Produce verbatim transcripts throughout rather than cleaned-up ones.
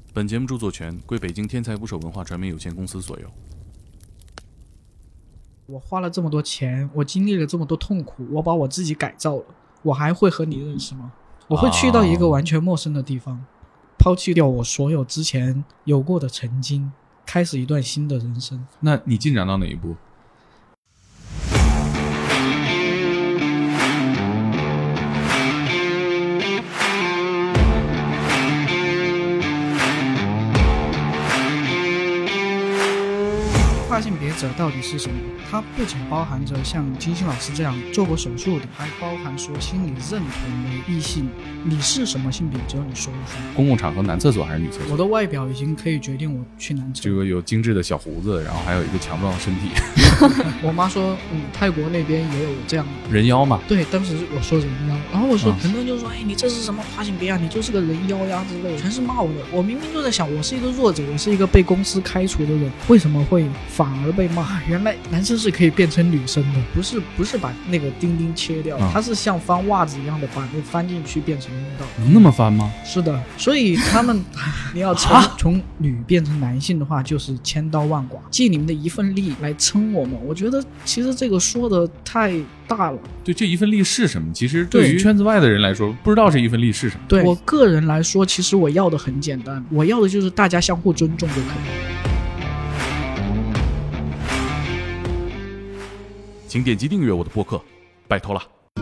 本节目著作权归北京天才捕手文化传媒有限公司所有。 我花了这么多钱，我经历了这么多痛苦，我把我自己改造了，我还会和你认识吗？我会去到一个完全陌生的地方，哦、抛弃掉我所有之前有过的曾经，开始一段新的人生。 那你进展到哪一步？ 跨性别者到底是什么？它不仅包含着像金星老师这样做过手术的，还包含说心理认同为异性。你是什么性别？只有你说了算。 公共场合男厕所还是女厕所？ 我的外表已经可以决定我去男厕。 这个有精致的小胡子，然后还有一个强壮的身体。 我妈说，嗯，泰国那边也有这样的人妖嘛。 对，当时我说人妖，然后我说，嗯、很多人就说，哎，你这是什么跨性别啊？你就是个人妖呀之类的，全是骂我的。我明明就在想，我是一个弱者，我是一个被公司开除的人，为什么会反而被骂？原来男生是可以变成女生的，不是不是把那个钉钉切掉，嗯、它是像翻袜子一样的把那翻进去变成阴道。 能那么翻吗？ 是的，所以他们你要从从女变成男性的话，就是千刀万剐，尽你们的一份力来撑我们。我觉得其实这个说的太大了。 对，这一份力是什么？其实对于圈子外的人来说，不知道这一份力是什么。 对我个人来说，其实我要的很简单，我要的就是大家相互尊重就可以。 请点击订阅我的播客，拜托了。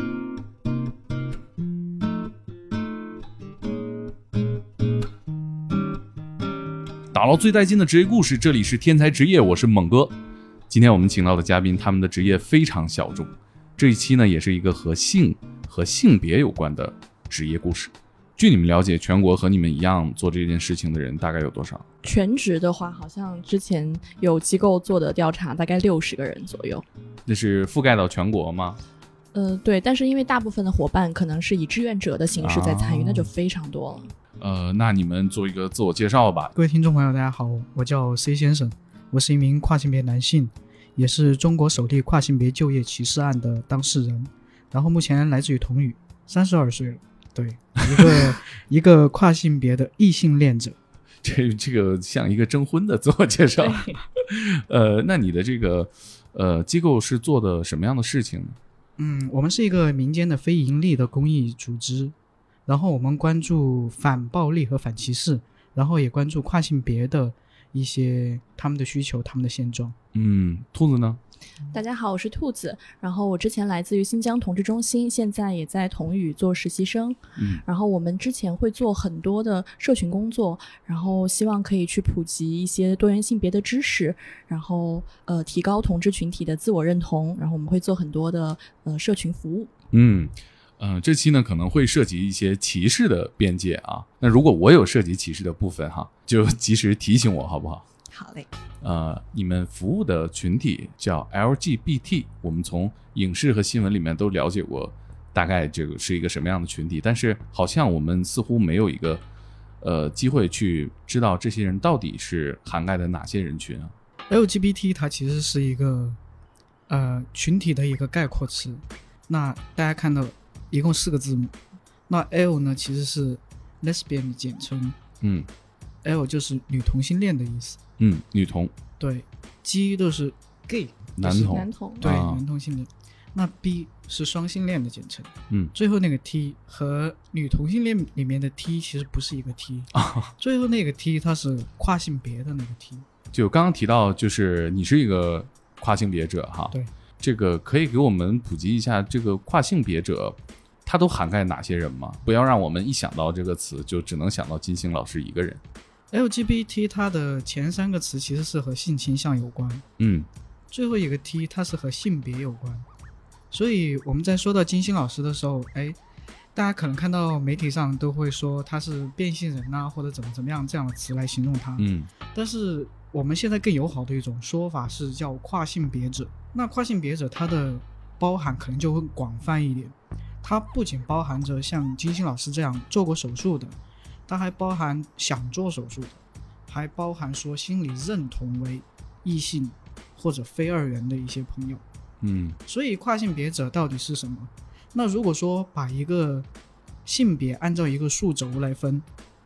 打捞最带劲的职业故事，这里是天才职业，我是猛哥。今天我们请到的嘉宾，他们的职业非常小众。这一期呢，也是一个和性和性别有关的职业故事。据你们了解，全国和你们一样做这件事情的人大概有多少？ 全职的话，好像之前有机构做的调查，大概六十个人左右。 那是覆盖到全国吗？ 呃，对，但是因为大部分的伙伴可能是以志愿者的形式在参与，啊、那就非常多了。 呃，那你们做一个自我介绍吧。 各位听众朋友，大家好，我叫 C 先生，我是一名跨性别男性，也是中国首例跨性别就业歧视案的当事人，然后目前来自于同语，三十二岁了。对，一个一个跨性别的异性恋者。 这这个像一个征婚的自我介绍。呃，那你的这个呃机构是做的什么样的事情呢？ 嗯，我们是一个民间的非盈利的公益组织，然后我们关注反暴力和反歧视，然后也关注跨性别的一些他们的需求，他们的现状。 嗯，兔子呢？ 大家好，我是兔子，然后我之前来自于新疆同志中心，现在也在同语做实习生。嗯，然后我们之前会做很多的社群工作，然后希望可以去普及一些多元性别的知识，然后呃提高同志群体的自我认同，然后我们会做很多的呃社群服务。 嗯呃，这期呢可能会涉及一些歧视的边界啊，那如果我有涉及歧视的部分哈，就及时提醒我好不好？ 好嘞。 呃，你们服务的群体叫 L G B T， 我们从影视和新闻里面都了解过大概这个是一个什么样的群体，但是好像我们似乎没有一个呃机会去知道这些人到底是涵盖的哪些人群啊。 L G B T 它其实是一个呃群体的一个概括词，那大家看到一共四个字母，那 L 呢其实是 lesbian 的简称，嗯 L 就是女同性恋的意思， 嗯，女同。 对 G 都是 gay 男同， 男同对、 啊、 男同性恋。那 B 是双性恋的简称， 嗯， 最后那个 T 和女同性恋里面的 T 其实不是一个 T、啊、最后那个 T 它是跨性别的那个 T。 就刚刚提到就是你是一个跨性别者哈， 对， 这个可以给我们普及一下这个跨性别者它都涵盖哪些人吗？不要让我们一想到这个词就只能想到金星老师一个人。 L G B T 它的前三个词其实是和性倾向有关，嗯，最后一个 T 它是和性别有关，所以我们在说到金星老师的时候，哎，大家可能看到媒体上都会说他是变性人啊，或者怎么怎么样这样的词来形容他，嗯，但是我们现在更友好的一种说法是叫跨性别者。那跨性别者它的包含可能就会广泛一点，它不仅包含着像金星老师这样做过手术的，它还包含想做手术的，还包含说心理认同为异性或者非二元的一些朋友。嗯，所以跨性别者到底是什么？那如果说把一个性别按照一个数轴来分，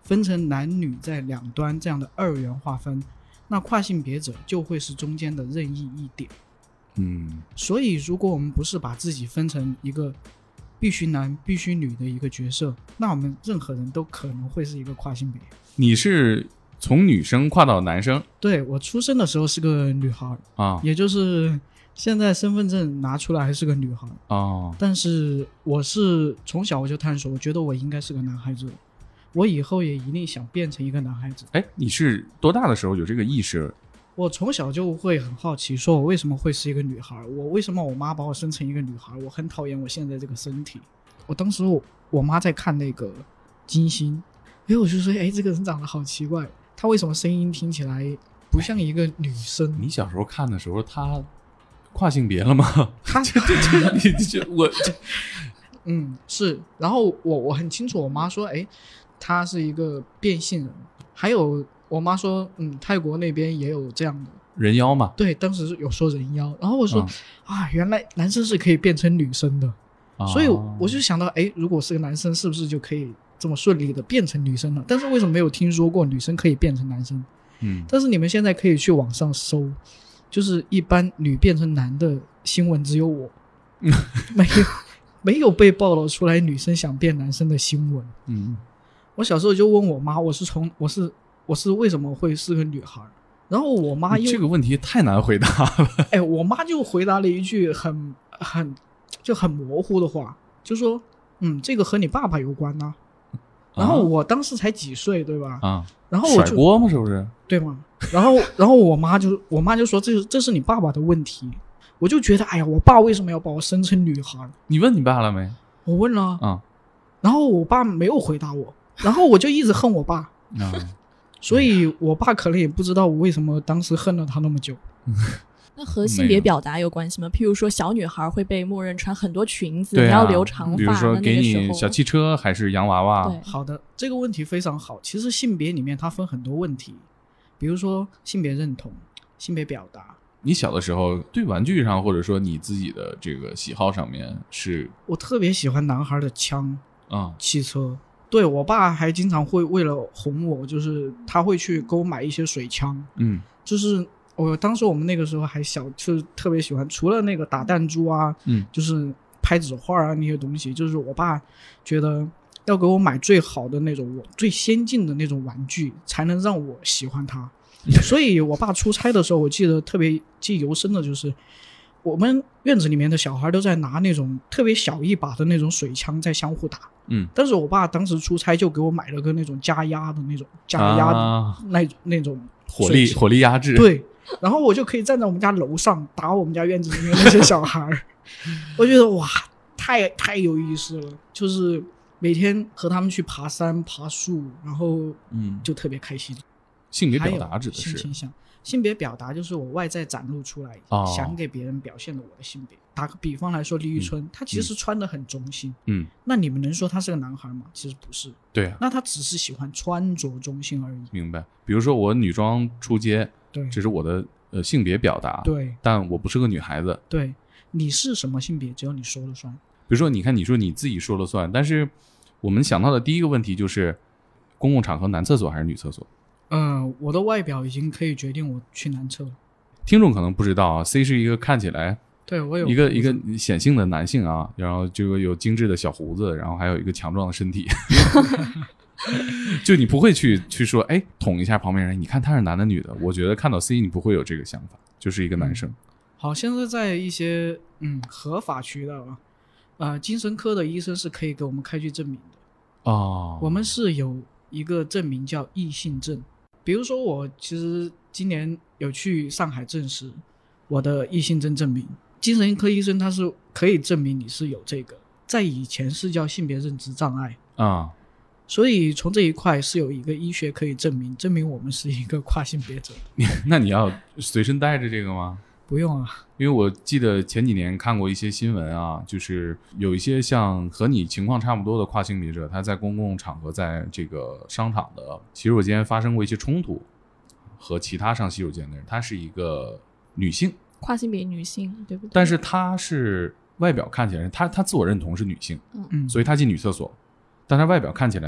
分成男女在两端这样的二元划分，那跨性别者就会是中间的任意一点。 嗯， 所以如果我们不是把自己分成一个必须男必须女的一个角色，那我们任何人都可能会是一个跨性别。 你是从女生跨到男生？ 对，我出生的时候是个女孩啊， 也就是现在身份证拿出来还是个女孩啊， 但是我是从小我就探索，我觉得我应该是个男孩子，我以后也一定想变成一个男孩子。 哎，你是多大的时候有这个意识？ 我从小就会很好奇，说我为什么会是一个女孩，我为什么我妈把我生成一个女孩，我很讨厌我现在这个身体。我当时 我, 我妈在看那个金星，哎，我就说，哎，这个人长得好奇怪，他为什么声音听起来不像一个女生？ 你小时候看的时候，他跨性别了吗？ 他这这这，你这我这， 嗯，是。然后我我很清楚，我妈说，哎，他是一个变性人。还有我妈说，嗯，泰国那边也有这样的人妖嘛？ 对，当时有说人妖。然后我说、嗯、啊，原来男生是可以变成女生的。所以我就想到，哎，如果是个男生，是不是就可以这么顺利的变成女生了？但是为什么没有听说过女生可以变成男生？ 嗯， 但是你们现在可以去网上搜，就是一般女变成男的新闻只有我，没有没有被报道出来女生想变男生的新闻。 嗯， 我小时候就问我妈，我是从我是我是为什么会是个女孩？然后我妈又这个问题太难回答了。 哎，我妈就回答了一句很很。就很模糊的话，就说嗯，这个和你爸爸有关呐、啊。然后我当时才几岁，对吧？ 啊， 然后我就甩锅吗？是不是？ 对吗？然后，然后我妈就我妈就说这这是你爸爸的问题。我就觉得，哎呀，我爸为什么要把我生成女孩？ 你问你爸了没？ 我问了啊， 然后我爸没有回答我，然后我就一直恨我爸啊， 所以我爸可能也不知道我为什么当时恨了他那么久。 那和性别表达有关系吗？譬如说小女孩会被默认穿很多裙子， 对啊、 你要留长发， 比如说给你小汽车还是洋娃娃。 对，好的，这个问题非常好。其实性别里面它分很多问题，比如说性别认同、性别表达。 你小的时候对玩具上或者说你自己的这个喜好上面是？ 我特别喜欢男孩的枪啊、 汽车。对，我爸还经常会为了哄我，就是他会去给我买一些水枪。 嗯， 就是我当时我们那个时候还小，就是特别喜欢，除了那个打弹珠啊， 嗯， 就是拍纸画啊那些东西，就是我爸觉得要给我买最好的那种，我最先进的那种玩具，才能让我喜欢它。所以我爸出差的时候，我记得特别记忆犹深的就是，我们院子里面的小孩都在拿那种特别小一把的那种水枪在相互打。 嗯， 但是我爸当时出差就给我买了个那种加压的那种加压的那、啊、那种火力火力压制。 对。然后我就可以站在我们家楼上打我们家院子里面那些小孩我觉得哇，太太有意思了，就是每天和他们去爬山爬树，然后嗯，就特别开心。 性别表达指的是性倾向，性别表达就是我外在展露出来、哦、想给别人表现的我的性别。打个比方来说，李宇春、嗯、她其实穿得很中性， 嗯， 那你们能说她是个男孩吗？其实不是。 对啊， 那她只是喜欢穿着中性而已。 明白。比如说我女装出街， 对， 这是我的呃性别表达， 对， 但我不是个女孩子。 对，你是什么性别，只有你说了算。 比如说你看你说你自己说了算，但是我们想到的第一个问题就是公共场合男厕所还是女厕所？ 嗯、呃，我的外表已经可以决定我去男厕。 听众可能不知道啊 C 是一个看起来对我有一个一个显性的男性啊，然后这个有精致的小胡子，然后还有一个强壮的身体就你不会去去说哎捅一下旁边人，你看他是男的女的。我觉得看到 C 你不会有这个想法，就是一个男生、嗯、 好像是在一些嗯合法渠道啊，呃精神科的医生是可以给我们开具证明的哦。 我们是有一个证明叫异性证，比如说我其实今年有去上海证实我的异性证证明，精神科医生他是可以证明你是有这个，在以前是叫性别认知障碍啊、嗯， 所以从这一块是有一个医学可以证明证明我们是一个跨性别者。 那你要随身带着这个吗？ 不用啊， 因为我记得前几年看过一些新闻啊，就是有一些像和你情况差不多的跨性别者，他在公共场合，在这个商场的洗手间发生过一些冲突，和其他上洗手间的人，她是一个女性， 跨性别女性，对不对？ 但是她是外表看起来，她她自我认同是女性， 嗯， 所以她进女厕所，但她外表看起来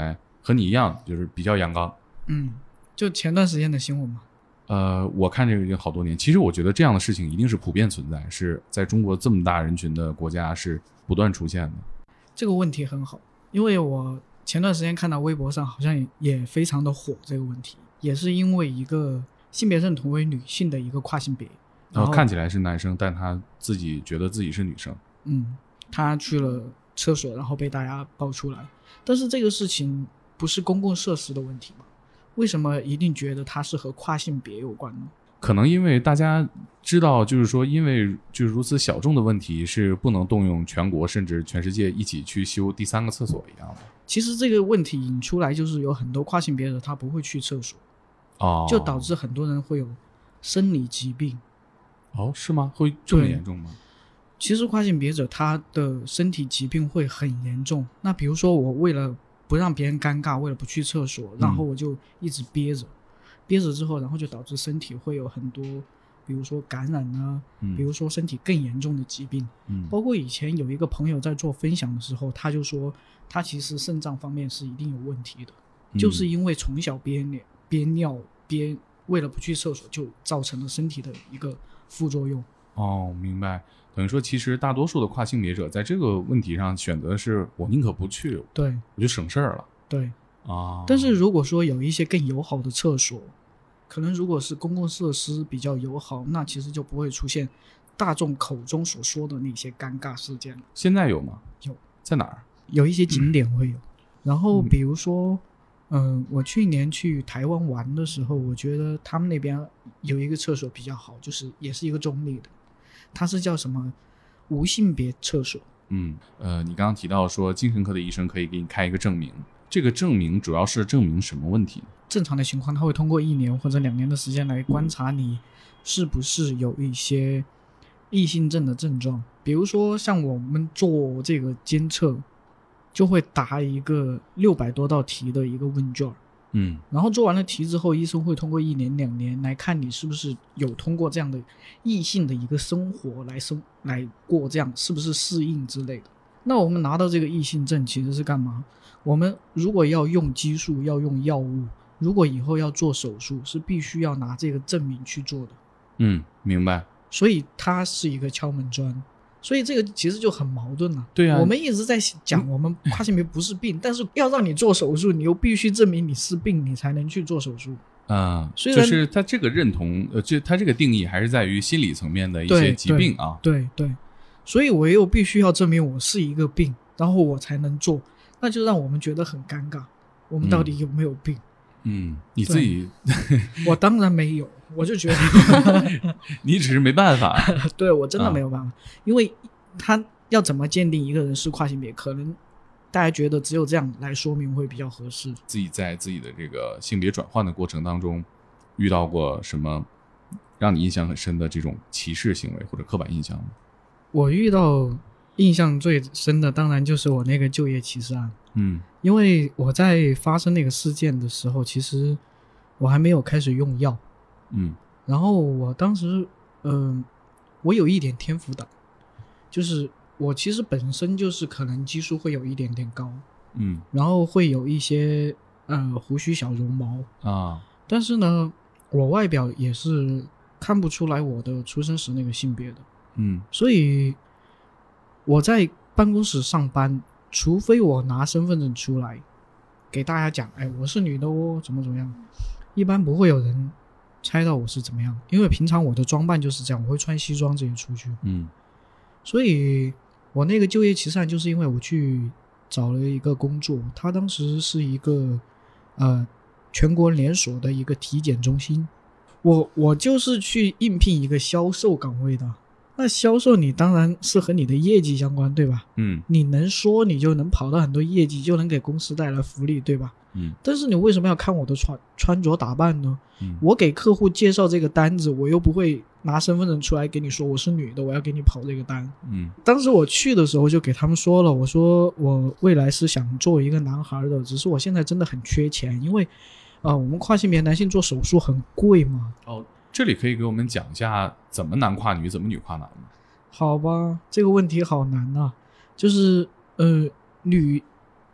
和你一样，就是比较阳刚。 嗯，就前段时间的新闻嘛。 呃，我看这个已经好多年。其实我觉得这样的事情一定是普遍存在，是在中国这么大人群的国家是不断出现的。 这个问题很好，因为我前段时间看到微博上好像也非常的火这个问题，也是因为一个性别认同为女性的一个跨性别， 然后看起来是男生，但他自己觉得自己是女生。 嗯，他去了厕所，然后被大家爆出来。但是这个事情不是公共设施的问题吗？为什么一定觉得它是和跨性别有关呢？ 可能因为大家知道，就是说因为就是如此小众的问题是不能动用全国甚至全世界一起去修第三个厕所一样的。 其实这个问题引出来就是有很多跨性别者他不会去厕所， 哦， 就导致很多人会有生理疾病。 哦，是吗？会这么严重吗？ 其实跨性别者他的身体疾病会很严重。那比如说我为了不让别人尴尬，为了不去厕所，然后我就一直憋着、嗯、憋着之后，然后就导致身体会有很多比如说感染啊、嗯、比如说身体更严重的疾病、嗯、包括以前有一个朋友在做分享的时候，他就说他其实肾脏方面是一定有问题的、嗯、就是因为从小憋尿憋尿憋为了不去厕所就造成了身体的一个副作用。 哦，明白。等于说其实大多数的跨性别者在这个问题上选择的是我宁可不去， 对， 我就省事儿了。 对啊， 但是如果说有一些更友好的厕所，可能如果是公共设施比较友好，那其实就不会出现大众口中所说的那些尴尬事件了。 现在有吗？ 有。 在哪儿？ 有一些景点会有、嗯、然后比如说嗯、呃，我去年去台湾玩的时候，我觉得他们那边有一个厕所比较好，就是也是一个中立的，它是叫什么无性别厕所。 嗯，呃，你刚刚提到说精神科的医生可以给你开一个证明，这个证明主要是证明什么问题呢？ 正常的情况他会通过一年或者两年的时间来观察你是不是有一些异性症的症状。比如说像我们做这个监测就会答一个六百多道题的一个问卷，嗯，然后做完了题之后，医生会通过一年两年来看你是不是有通过这样的异性的一个生活来生来过，这样是不是适应之类的。那我们拿到这个异性证其实是干嘛？我们如果要用激素，要用药物，如果以后要做手术，是必须要拿这个证明去做的。 嗯，明白。 所以它是一个敲门砖。所以这个其实就很矛盾了。 对啊， 我们一直在讲我们跨性别不是病，但是要让你做手术，你又必须证明你是病，你才能去做手术。 嗯，就是他这个认同，呃，就他这个定义还是在于心理层面的一些疾病啊。 对 对, 对，所以我又必须要证明我是一个病，然后我才能做，那就让我们觉得很尴尬。我们到底有没有病？ 嗯，你自己， 我当然没有。我就觉得你只是没办法。 对，我真的没有办法、啊、因为他要怎么鉴定一个人是跨性别，可能大家觉得只有这样来说明会比较合适。 自己在自己的这个性别转换的过程当中遇到过什么让你印象很深的这种歧视行为或者刻板印象吗？ 我遇到印象最深的当然就是我那个就业歧视案。 嗯， 因为我在发生那个事件的时候，其实我还没有开始用药。 嗯， 然后我当时嗯、呃，我有一点天赋党，就是我其实本身就是可能基数会有一点点高， 嗯， 然后会有一些呃胡须小绒毛啊， 但是呢我外表也是看不出来我的出生时那个性别的。 嗯， 所以我在办公室上班，除非我拿身份证出来给大家讲，哎，我是女的哦，怎么怎么样，一般不会有人猜到我是怎么样，因为平常我的装扮就是这样，我会穿西装这些出去。 嗯， 所以我那个就业歧视案就是因为我去找了一个工作，它当时是一个呃全国连锁的一个体检中心，我我就是去应聘一个销售岗位的。那销售你当然是和你的业绩相关，对吧？ 嗯， 你能说你就能跑到很多业绩，就能给公司带来福利，对吧？ 嗯， 但是你为什么要看我的穿穿着打扮呢？ 嗯， 我给客户介绍这个单子，我又不会拿身份证出来给你说我是女的，我要给你跑这个单。 嗯， 当时我去的时候就给他们说了，我说我未来是想做一个男孩的，只是我现在真的很缺钱，因为啊、呃，我们跨性别男性做手术很贵嘛。 哦，这里可以给我们讲一下怎么男跨女，怎么女跨男吗？ 好吧，这个问题好难啊，就是呃女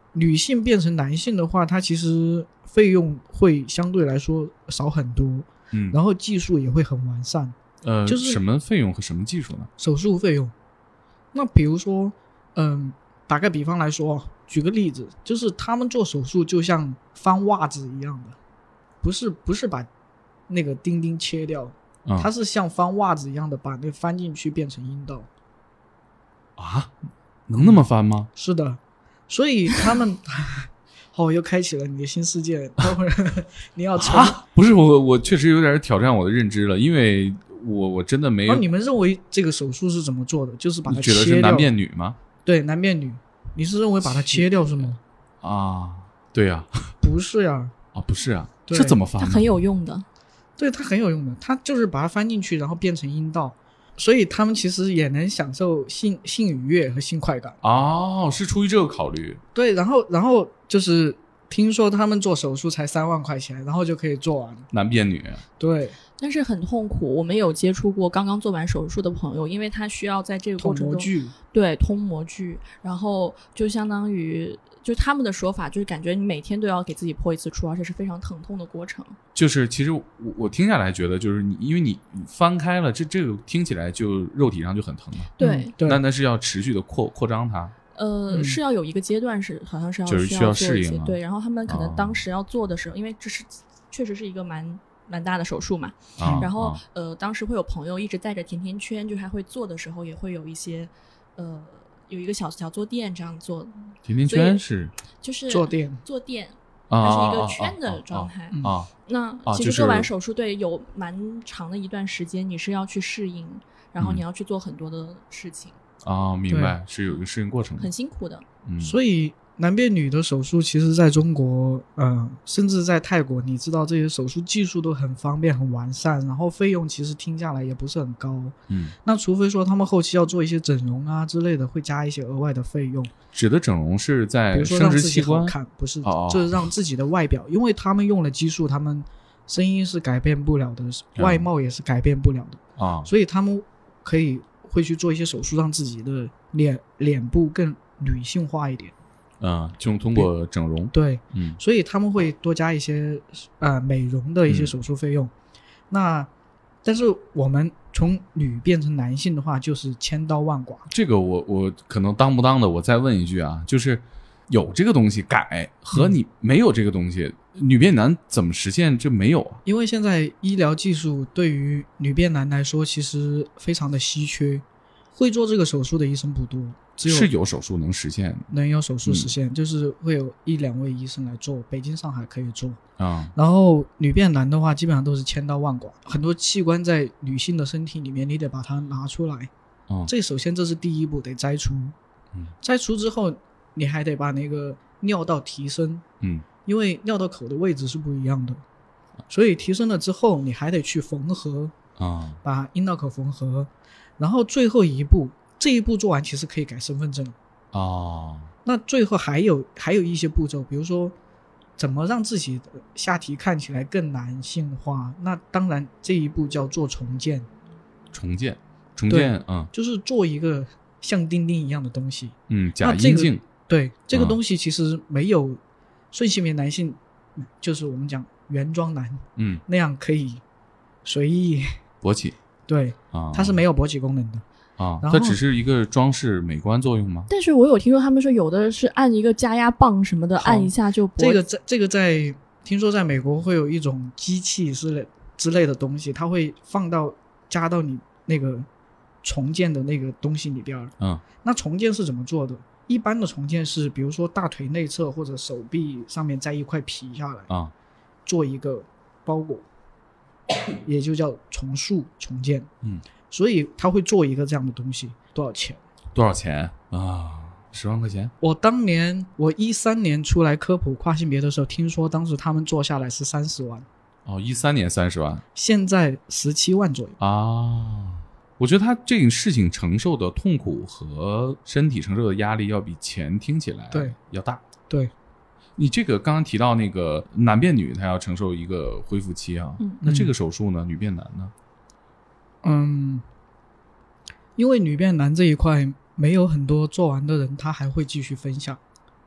女性变成男性的话，它其实费用会相对来说少很多， 嗯， 然后技术也会很完善。 呃， 就是什么费用和什么技术呢？ 手术费用，那比如说，嗯，打个比方来说，举个例子，就是他们做手术就像翻袜子一样的，不是不是把那个钉钉切掉，嗯、它是像翻袜子一样的把那翻进去变成阴道。 啊，能那么翻吗？ 是的，所以他们好，又开启了你的新世界。待会儿你要成、 啊、不是我，我确实有点挑战我的认知了，因为我我真的没有。 哦、你们认为这个手术是怎么做的？就是把它切掉。 你觉得是男变女吗？ 对，男变女。你是认为把它切掉是吗？ 啊，对呀、啊。 不是呀。 啊，不是啊，这怎么翻？ 它很有用的。 对，它很有用的，它就是把它翻进去，然后变成阴道。所以他们其实也能享受性性愉悦和性快感。 哦，是出于这个考虑。 对，然后然后就是听说他们做手术才三万块钱，然后就可以做完。 男变女。对， 但是很痛苦。我们有接触过刚刚做完手术的朋友，因为他需要在这个过程中通模具， 对，通模具，然后就相当于。就他们的说法就是感觉你每天都要给自己破一次处，而且是非常疼痛的过程。 就是其实我我听下来觉得就是你因为你翻开了这这个听起来就肉体上就很疼嘛。 对、 嗯、对， 那那是要持续的扩扩张它。 呃、嗯，是要有一个阶段是好像是要就是需要适应、啊、 对，然后他们可能当时要做的时候、哦、因为这是确实是一个蛮蛮大的手术嘛、 啊、 然后、 啊、 呃当时会有朋友一直带着甜甜圈，就还会做的时候也会有一些呃有一个小小坐垫这样做。 甜甜圈是就是坐垫坐垫啊， 它是一个圈的状态啊。啊啊那其实做完手术，对，有蛮长的一段时间你是要去适应，然后你要去做很多的事情。 啊、嗯，明白，是有一个适应过程的， 很辛苦的。 嗯， 所以男变女的手术，其实在中国，呃，甚至在泰国，你知道这些手术技术都很方便、很完善，然后费用其实听下来也不是很高。 嗯， 那除非说他们后期要做一些整容啊之类的，会加一些额外的费用。 指的整容是在生殖器官， 看不是， 哦、 就是让自己的外表，因为他们用了激素，他们声音是改变不了的，嗯、外貌也是改变不了的啊， 所以他们可以会去做一些手术，让自己的脸脸部更女性化一点。 嗯，就通过整容。 对， 嗯， 所以他们会多加一些呃美容的一些手术费用。嗯、那但是我们从女变成男性的话，就是千刀万剐。 这个我我可能当不当的，我再问一句啊，就是有这个东西改和你没有这个东西，嗯、女变男怎么实现？这没有啊？ 因为现在医疗技术对于女变男来说，其实非常的稀缺，会做这个手术的医生不多。只有是有手术能实现， 能有手术实现、嗯、就是会有一两位医生来做，北京上海可以做啊、 嗯。然后女变男的话基本上都是千刀万剐，很多器官在女性的身体里面你得把它拿出来、 嗯、 这首先这是第一步，得摘除、 嗯、 摘除之后你还得把那个尿道提升， 嗯， 因为尿道口的位置是不一样的，所以提升了之后你还得去缝合啊， 把阴道口缝合，然后最后一步，这一步做完其实可以改身份证哦。 那最后还有还有一些步骤，比如说怎么让自己的下体看起来更男性化，那当然这一步叫做重建。 重建重建嗯， 就是做一个像钉钉一样的东西。 嗯，假阴茎、 这个、对这个东西其实没有顺性别男性、嗯、就是我们讲原装男嗯那样可以随意勃起。 对啊，它是没有勃起功能的啊，它只是一个装饰美观作用吗？ 但是我有听说他们说有的是按一个加压棒什么的，按一下就勃。 这个在这个在听说在美国会有一种机器之类之类的东西，它会放到加到你那个重建的那个东西里边。 嗯， 那重建是怎么做的？一般的重建是比如说大腿内侧或者手臂上面摘一块皮下来啊， 做一个包裹，也就叫重塑重建。 嗯， 所以他会做一个这样的东西，多少钱？ 多少钱啊？十万块钱。 我当年我一三年出来科普跨性别的时候，听说当时他们做下来是三十万。 哦，一三年三十万， 现在十七万左右啊。我觉得他这个事情承受的痛苦和身体承受的压力要比钱听起来对要大。 对。 你这个刚刚提到那个男变女，他要承受一个恢复期啊， 嗯， 那这个手术呢，女变男呢？ 嗯，因为女变男这一块没有很多做完的人，他还会继续分享。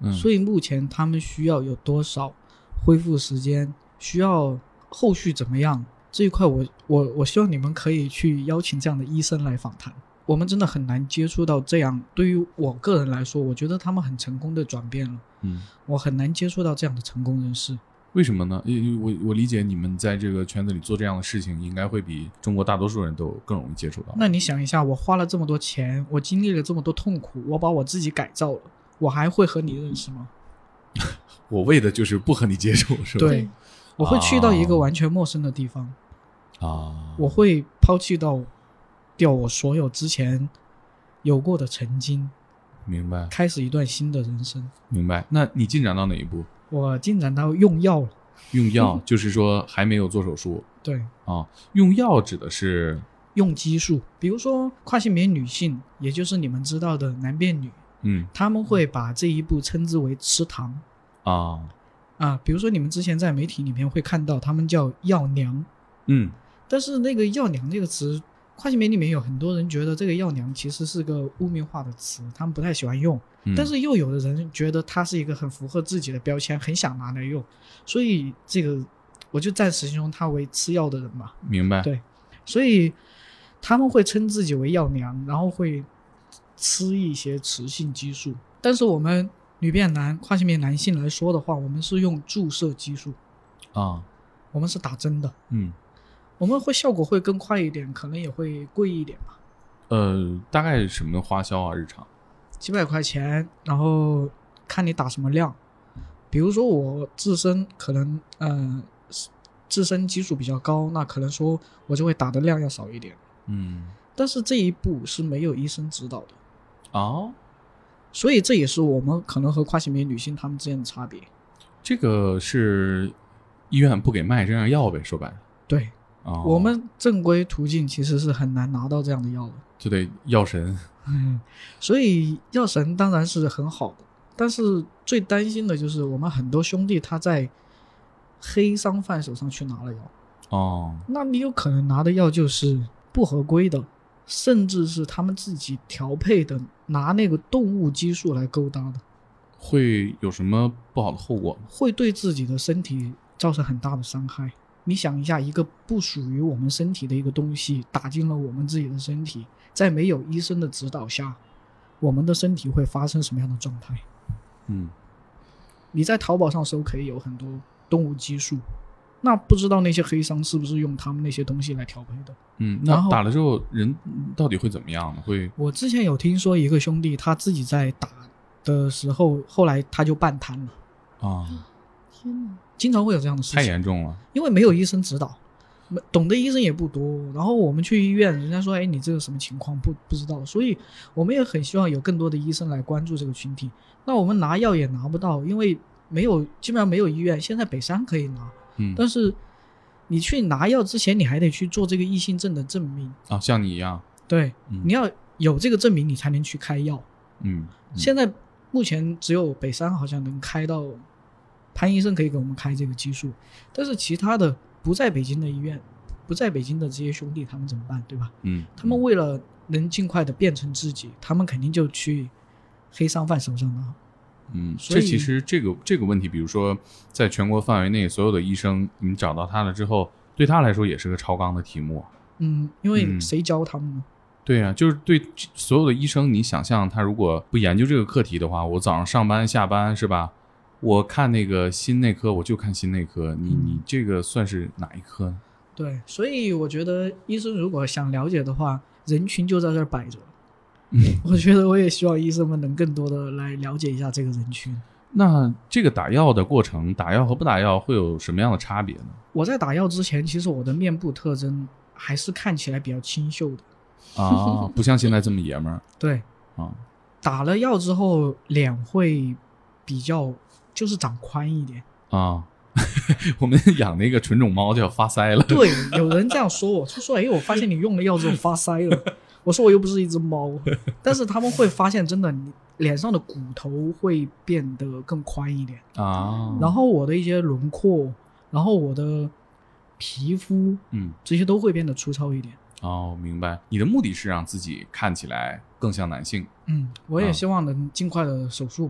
嗯，所以目前他们需要有多少恢复时间，需要后续怎么样，这一块我我我希望你们可以去邀请这样的医生来访谈。我们真的很难接触到这样，对于我个人来说，我觉得他们很成功的转变了。嗯，我很难接触到这样的成功人士。 为什么呢？我我理解你们在这个圈子里做这样的事情，应该会比中国大多数人都更容易接触到。 那你想一下，我花了这么多钱，我经历了这么多痛苦，我把我自己改造了，我还会和你认识吗？ 我为的就是不和你接触，是吧？ 对，我会去到一个完全陌生的地方啊，我会抛弃到掉我所有之前有过的曾经， 明白？开始一段新的人生， 明白？那你进展到哪一步？ 我进展到用药了。 用药就是说还没有做手术。 对啊，用药指的是用激素，比如说跨性别女性，也就是你们知道的男变女，嗯，他们会把这一步称之为吃糖啊啊，比如说你们之前在媒体里面会看到他们叫药娘，嗯，但是那个药娘这个词，跨性别里面有很多人觉得这个药娘其实是个污名化的词，他们不太喜欢用，嗯，但是又有的人觉得它是一个很符合自己的标签，很想拿来用，所以这个我就暂时形容他为吃药的人吧。 明白。 对，所以他们会称自己为药娘，然后会吃一些雌性激素，但是我们女变男跨性别男性来说的话，我们是用注射激素啊，我们是打针的，嗯，我们会效果会更快一点，可能也会贵一点吧。 呃，大概什么花销啊？日常几百块钱，然后看你打什么量。比如说我自身可能呃自身基数比较高，那可能说我就会打的量要少一点。嗯，但是这一步是没有医生指导的哦，所以这也是我们可能和跨性别女性她们之间的差别。 这个是医院不给卖这样药呗，说白了。 对。哦，我们正规途径其实是很难拿到这样的药的， 就得药神。 嗯，所以药神当然是很好的，但是最担心的就是我们很多兄弟他在黑商贩手上去拿了药。哦，那你有可能拿的药就是不合规的，甚至是他们自己调配的，拿那个动物激素来勾搭的， 会有什么不好的后果？ 会对自己的身体造成很大的伤害。你想一下，一个不属于我们身体的一个东西打进了我们自己的身体，在没有医生的指导下，我们的身体会发生什么样的状态？嗯，你在淘宝上搜可以有很多动物激素，那不知道那些黑商是不是用他们那些东西来调配的？ 嗯，那打了之后人到底会怎么样呢？会， 我之前有听说一个兄弟他自己在打的时候，后来他就半瘫了啊！天哪！经常会有这样的事情， 太严重了， 因为没有医生指导，懂的医生也不多，然后我们去医院，人家说哎你这个什么情况不不知道，所以我们也很希望有更多的医生来关注这个群体。那我们拿药也拿不到，因为没有基本上没有医院，现在北山可以拿，嗯，但是你去拿药之前你还得去做这个异性证的证明啊，像你一样， 对，嗯，你要有这个证明你才能去开药，嗯，嗯现在目前只有北山好像能开到，潘医生可以给我们开这个激素，但是其他的不在北京的医院，不在北京的这些兄弟他们怎么办，对吧？嗯，他们为了能尽快的变成自己，他们肯定就去黑商贩手上拿。 嗯，这其实这个这个问题，比如说在全国范围内所有的医生，你找到他了之后，对他来说也是个超纲的题目。 嗯，因为谁教他们呢？ 嗯、对啊，就是对所有的医生，你想象他如果不研究这个课题的话，我早上上班下班是吧？我看那个心内科，我就看心内科，你你这个算是哪一科呢？ 对，所以我觉得医生如果想了解的话，人群就在这儿摆着。嗯，我觉得我也希望医生们能更多的来了解一下这个人群。 那这个打药的过程，打药和不打药会有什么样的差别呢？ 我在打药之前，其实我的面部特征还是看起来比较清秀的啊，不像现在这么爷们儿。 对啊，打了药之后脸会比较就是长宽一点啊。我们养那个纯种猫叫发腮了。 对，有人这样说我，就说哎，我发现你用了药之后发腮了。我说我又不是一只猫，但是他们会发现真的你脸上的骨头会变得更宽一点啊，然后我的一些轮廓，然后我的皮肤，嗯，这些都会变得粗糙一点。 哦，明白。你的目的是让自己看起来更像男性。 嗯，我也希望能尽快的手术吧。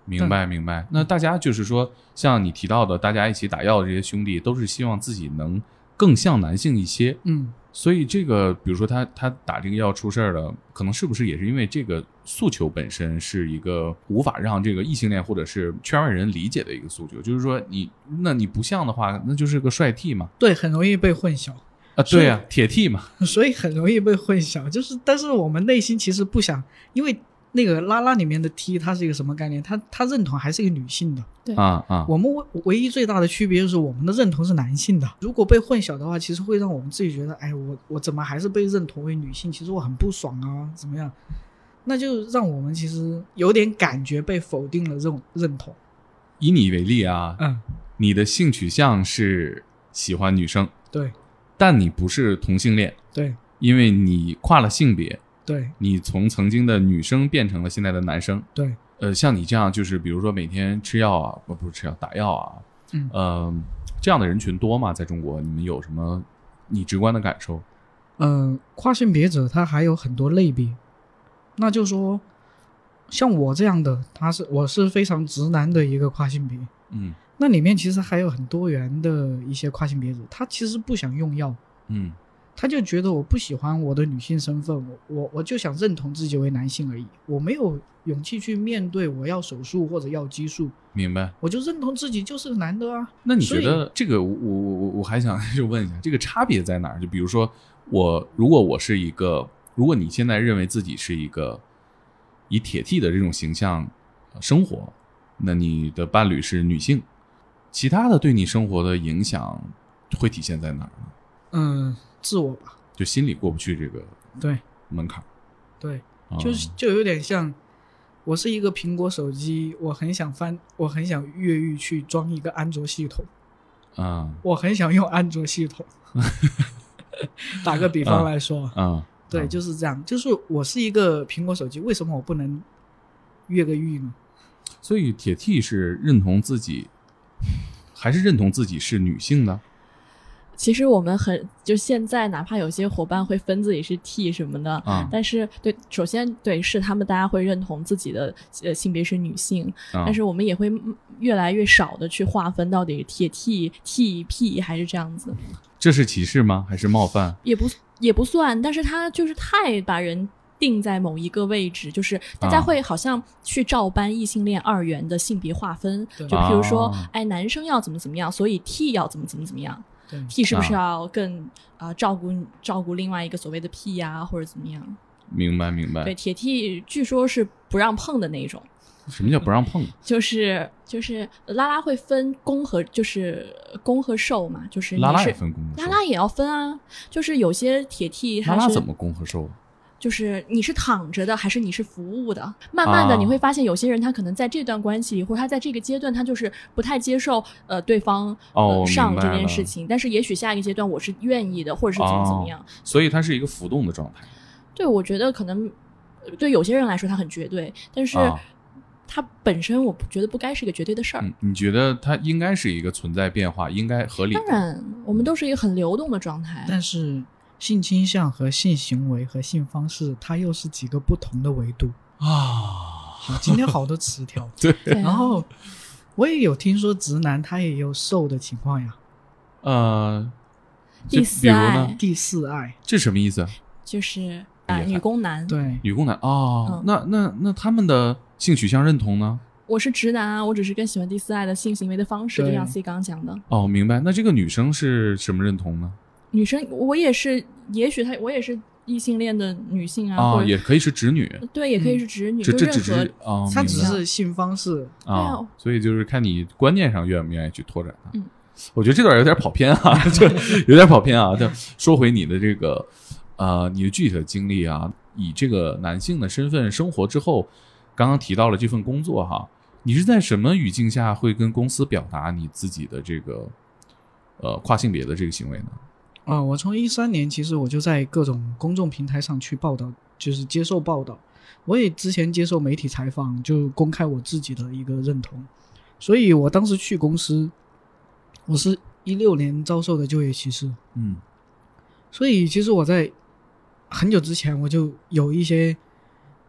明白明白。那大家就是说像你提到的大家一起打药的这些兄弟都是希望自己能更像男性一些， 嗯， 所以这个比如说他他打这个药出事儿了，可能是不是也是因为这个诉求本身是一个无法让这个异性恋或者是圈外人理解的一个诉求，就是说你那你不像的话那就是个帅 T 嘛， 对，很容易被混淆啊，对啊，铁 T 嘛， 所以很容易被混淆，就是但是我们内心其实不想，因为那个拉拉里面的 T 它是一个什么概念，它它认同还是一个女性的， 对啊啊， 我们唯唯一最大的区别就是我们的认同是男性的，如果被混淆的话，其实会让我们自己觉得，哎，我我怎么还是被认同为女性，其实我很不爽啊，怎么样，那就让我们其实有点感觉被否定了这种认同。 以你为例啊， 嗯， 你的性取向是喜欢女生， 对， 但你不是同性恋， 对， 因为你跨了性别， 对， 你从曾经的女生变成了现在的男生， 对， 呃，像你这样就是比如说每天吃药啊，不不是吃药打药啊， 嗯， 呃，这样的人群多吗？在中国，你们有什么你直观的感受？ 嗯、呃，跨性别者他还有很多类别，那就说像我这样的，他是我是非常直男的一个跨性别， 嗯， 那里面其实还有很多元的一些跨性别者，他其实不想用药， 嗯， 他就觉得我不喜欢我的女性身份，我我我就想认同自己为男性而已，我没有勇气去面对我要手术或者要激素， 明白？ 我就认同自己就是个男的啊。 那你觉得这个我我我我还想就问一下，这个差别在哪儿？就比如说我如果我是一个，如果你现在认为自己是一个以铁 T 的这种形象生活，那你的伴侣是女性，其他的对你生活的影响会体现在哪儿呢？ 嗯，自我吧， 就心里过不去这个对门槛。 对， 哦、 就是就有点像我是一个苹果手机，我很想翻，我很想越狱去装一个安卓系统， 啊、嗯， 我很想用安卓系统。打个比方来说， 啊、嗯， 对， 嗯、 就是这样。就是我是一个苹果手机，为什么我不能越个狱呢？ 所以铁 T 是认同自己，还是认同自己是女性呢？ 其实我们很就现在哪怕有些伙伴会分自己是 T 什么的、 啊、 但是对，首先对是他们大家会认同自己的呃性别是女性、啊、但是我们也会越来越少的去划分到底是铁 T T P 还是这样子。 这是歧视吗？还是冒犯？ 也不也不算，但是他就是太把人定在某一个位置，就是大家会好像去照搬异性恋二元的性别划分、啊、就譬如说、啊、哎，男生要怎么怎么样，所以 T 要怎么怎么怎么样， 对 T 是不是要更啊、呃、照顾照顾另外一个所谓的 P 呀、啊、或者怎么样？ 明白明白。 对，铁 T 据说是不让碰的那种。 什么叫不让碰？ 就是就是拉拉会分攻和就是攻和受嘛，就是你是拉拉也分攻和受， 拉拉也要分啊。就是有些铁 T 它是拉拉怎么攻和受？ 就是你是躺着的还是你是服务的，慢慢的你会发现有些人他可能在这段关系里、啊、或者他在这个阶段他就是不太接受呃对方、 哦、 呃上这件事情，但是也许下一个阶段我是愿意的，或者是怎么怎么样、哦、 所以它是一个浮动的状态。 对，我觉得可能对有些人来说它很绝对，但是、 啊它本身我觉得不该是一个绝对的事儿、 嗯、你觉得它应该是一个存在变化，应该合理的。 当然我们都是一个很流动的状态， 但是性倾向和性行为和性方式它又是几个不同的维度啊！今天好多词条对， 然后我也有听说直男他也有受的情况呀。 呃， 第四爱， 第四爱这什么意思？ 就是啊，女攻男。 对， 女攻男哦、嗯，那那那他们的性取向认同呢？ 我是直男啊，我只是更喜欢第四爱的性行为的方式，就像 C 刚刚讲的。 哦，明白。那这个女生是什么认同呢？ 女生，我也是，也许她我也是异性恋的女性啊， 啊、 或者也可以是直女， 对，也可以是直女， 这、 嗯、 这只是啊， 她只是性方式啊、哦，所以就是看你观念上愿不愿意去拓展它。 嗯， 我觉得这段有点跑偏啊，就有点跑偏啊。就说回你的这个呃，你的具体的经历啊，以这个男性的身份生活之后，刚刚提到了这份工作哈，你是在什么语境下会跟公司表达你自己的这个呃跨性别的这个行为呢？ 啊、呃，我从一三年其实我就在各种公众平台上去报道，就是接受报道。我也之前接受媒体采访，就公开我自己的一个认同。所以我当时去公司，我是一六年遭受的就业歧视。 嗯， 所以其实我在很久之前我就有一些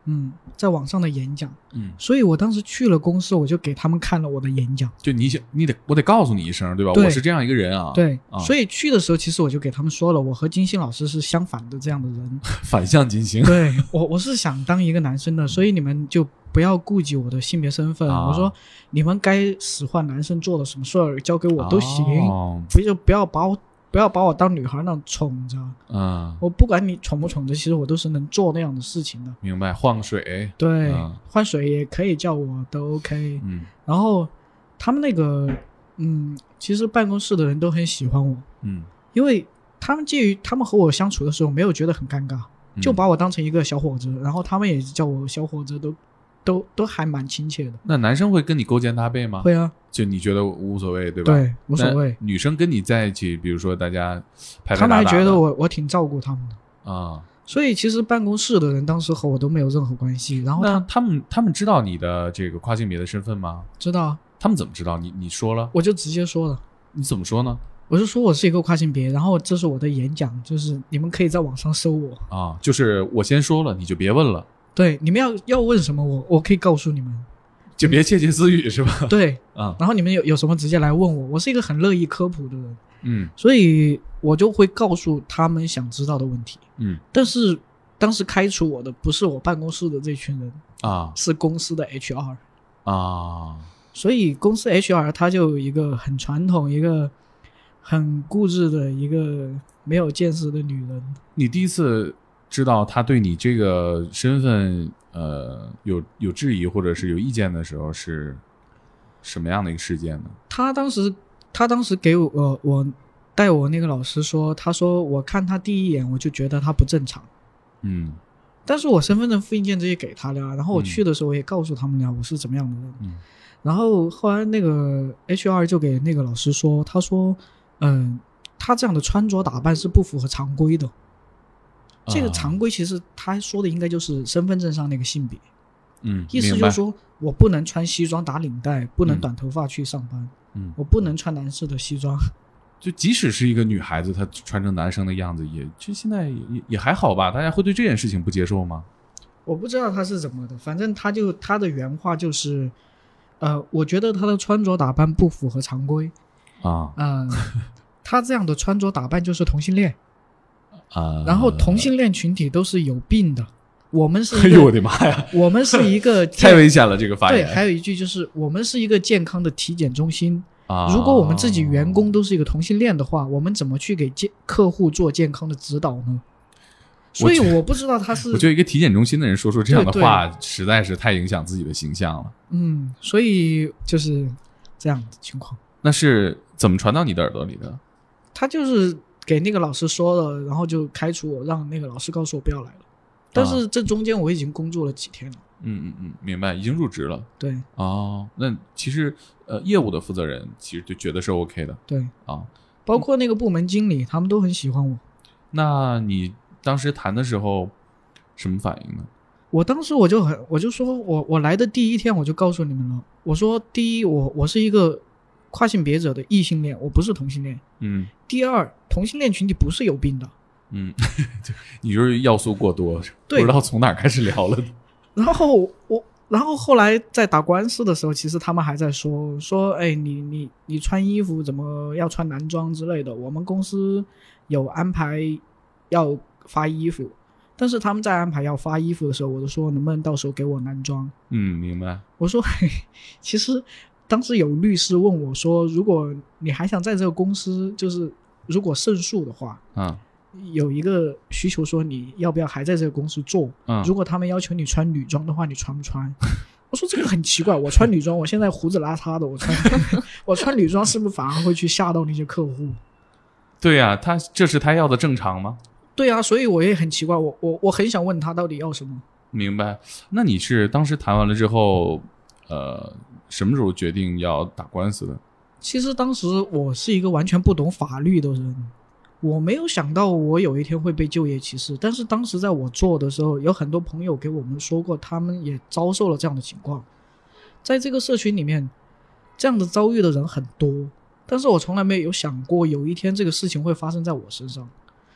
嗯，在网上的演讲， 嗯， 所以我当时去了公司，我就给他们看了我的演讲。 就你想，你得我得告诉你一声，对吧？ 对， 我是这样一个人啊。 对、 啊， 所以去的时候，其实我就给他们说了，我和金星老师是相反的这样的人， 反向金星。 对我，我是想当一个男生的，所以你们就不要顾及我的性别身份。啊、我说你们该使唤男生做的什么事儿，交给我都行， 哦、 不就不要把我。不要把我当女孩那样宠着， 嗯， 我不管你宠不宠着，其实我都是能做那样的事情的。 明白，换个水， 对， 嗯、 换水也可以叫我都 OK。 嗯， 然后他们那个，嗯，其实办公室的人都很喜欢我， 嗯， 因为他们介于他们和我相处的时候没有觉得很尴尬， 嗯、 就把我当成一个小伙子，然后他们也叫我小伙子，都都都还蛮亲切的。 那男生会跟你勾肩搭背吗？ 会啊。 就你觉得无所谓，对吧？ 对，无所谓。 女生跟你在一起，比如说大家拍拍打打的， 他们还觉得我我挺照顾他们的啊。 所以其实办公室的人当时和我都没有任何关系。然后他那他们他们知道你的这个跨性别的身份吗？ 知道。 他们怎么知道？你你说了？ 我就直接说了。 你怎么说呢？ 我就说我是一个跨性别，然后这是我的演讲，就是你们可以在网上搜我啊。就是我先说了，你就别问了。 对，你们要要问什么，我我可以告诉你们。 就别窃窃私语是吧？ 对， 啊， 然后你们有有什么直接来问我，我是一个很乐意科普的人， 嗯， 所以我就会告诉他们想知道的问题， 嗯， 但是当时开除我的不是我办公室的这群人啊， 是公司的 H R 啊， 所以公司 H R 他就有一个很传统、一个很固执的一个没有见识的女人。 你第一次知道他对你这个身份呃，有有质疑或者是有意见的时候，是什么样的一个事件呢？ 他当时，他当时给我，呃、我带我那个老师说，他说我看他第一眼我就觉得他不正常， 嗯， 但是我身份证复印件这些给他了，然后我去的时候我也告诉他们了我是怎么样的人， 嗯， 然后后来那个 H R 就给那个老师说，他说，嗯，他这样的穿着打扮是不符合常规的。这个常规其实他说的应该就是身份证上那个性别， 嗯， 意思就是说我不能穿西装打领带，不能短头发去上班， 嗯， 我不能穿男士的西装。 就即使是一个女孩子，她穿成男生的样子，也就现在也也还好吧？大家会对这件事情不接受吗？ 我不知道他是怎么的，反正他就他的原话就是，呃，我觉得他的穿着打扮不符合常规啊， 嗯、呃，他这样的穿着打扮就是同性恋。 啊， 然后同性恋群体都是有病的，我们是一个， 哎呦我的妈呀， 我们是一个太危险了这个发言。 对，还有一句就是我们是一个健康的体检中心啊， 如果我们自己员工都是一个同性恋的话，我们怎么去给客户做健康的指导呢？所以我不知道他是， 我觉得一个体检中心的人说出这样的话，实在是太影响自己的形象了。 嗯，所以就是这样的情况。 那是怎么传到你的耳朵里的？ 他就是给那个老师说了，然后就开除我，让那个老师告诉我不要来了。但是这中间我已经工作了几天了。 嗯嗯嗯，明白，已经入职了。 对。 哦，那其实呃，业务的负责人其实就觉得是 OK 的。 对啊， 包括那个部门经理，他们都很喜欢我。 那你当时谈的时候什么反应呢？ 我当时我就很，我就说我我来的第一天我就告诉你们了，我说第一，我我是一个跨性别者的异性恋，我不是同性恋。 嗯。 第二，同性恋群体不是有病的。 嗯，你就是要素过多，不知道从哪开始聊了。 然后我，然后后来在打官司的时候，其实他们还在说说，哎，你你你穿衣服怎么要穿男装之类的？我们公司有安排要发衣服，但是他们在安排要发衣服的时候，我就说能不能到时候给我男装？ 嗯，明白。 我说，嘿，其实当时有律师问我说，如果你还想在这个公司，就是如果胜诉的话， 啊。 有一个需求说你要不要还在这个公司做、 嗯、 如果他们要求你穿女装的话，你穿不穿？我说这个很奇怪，我穿女装，我现在胡子拉碴的，我穿我穿女装是不是反而会去吓到那些客户？ 对呀、啊，他这是他要的正常吗？ 对啊，所以我也很奇怪，我我我很想问他到底要什么。 明白。那你是当时谈完了之后呃，什么时候决定要打官司的？ 其实当时我是一个完全不懂法律的人，我没有想到我有一天会被就业歧视，但是当时在我做的时候，有很多朋友给我们说过，他们也遭受了这样的情况。在这个社群里面，这样的遭遇的人很多，但是我从来没有想过有一天这个事情会发生在我身上。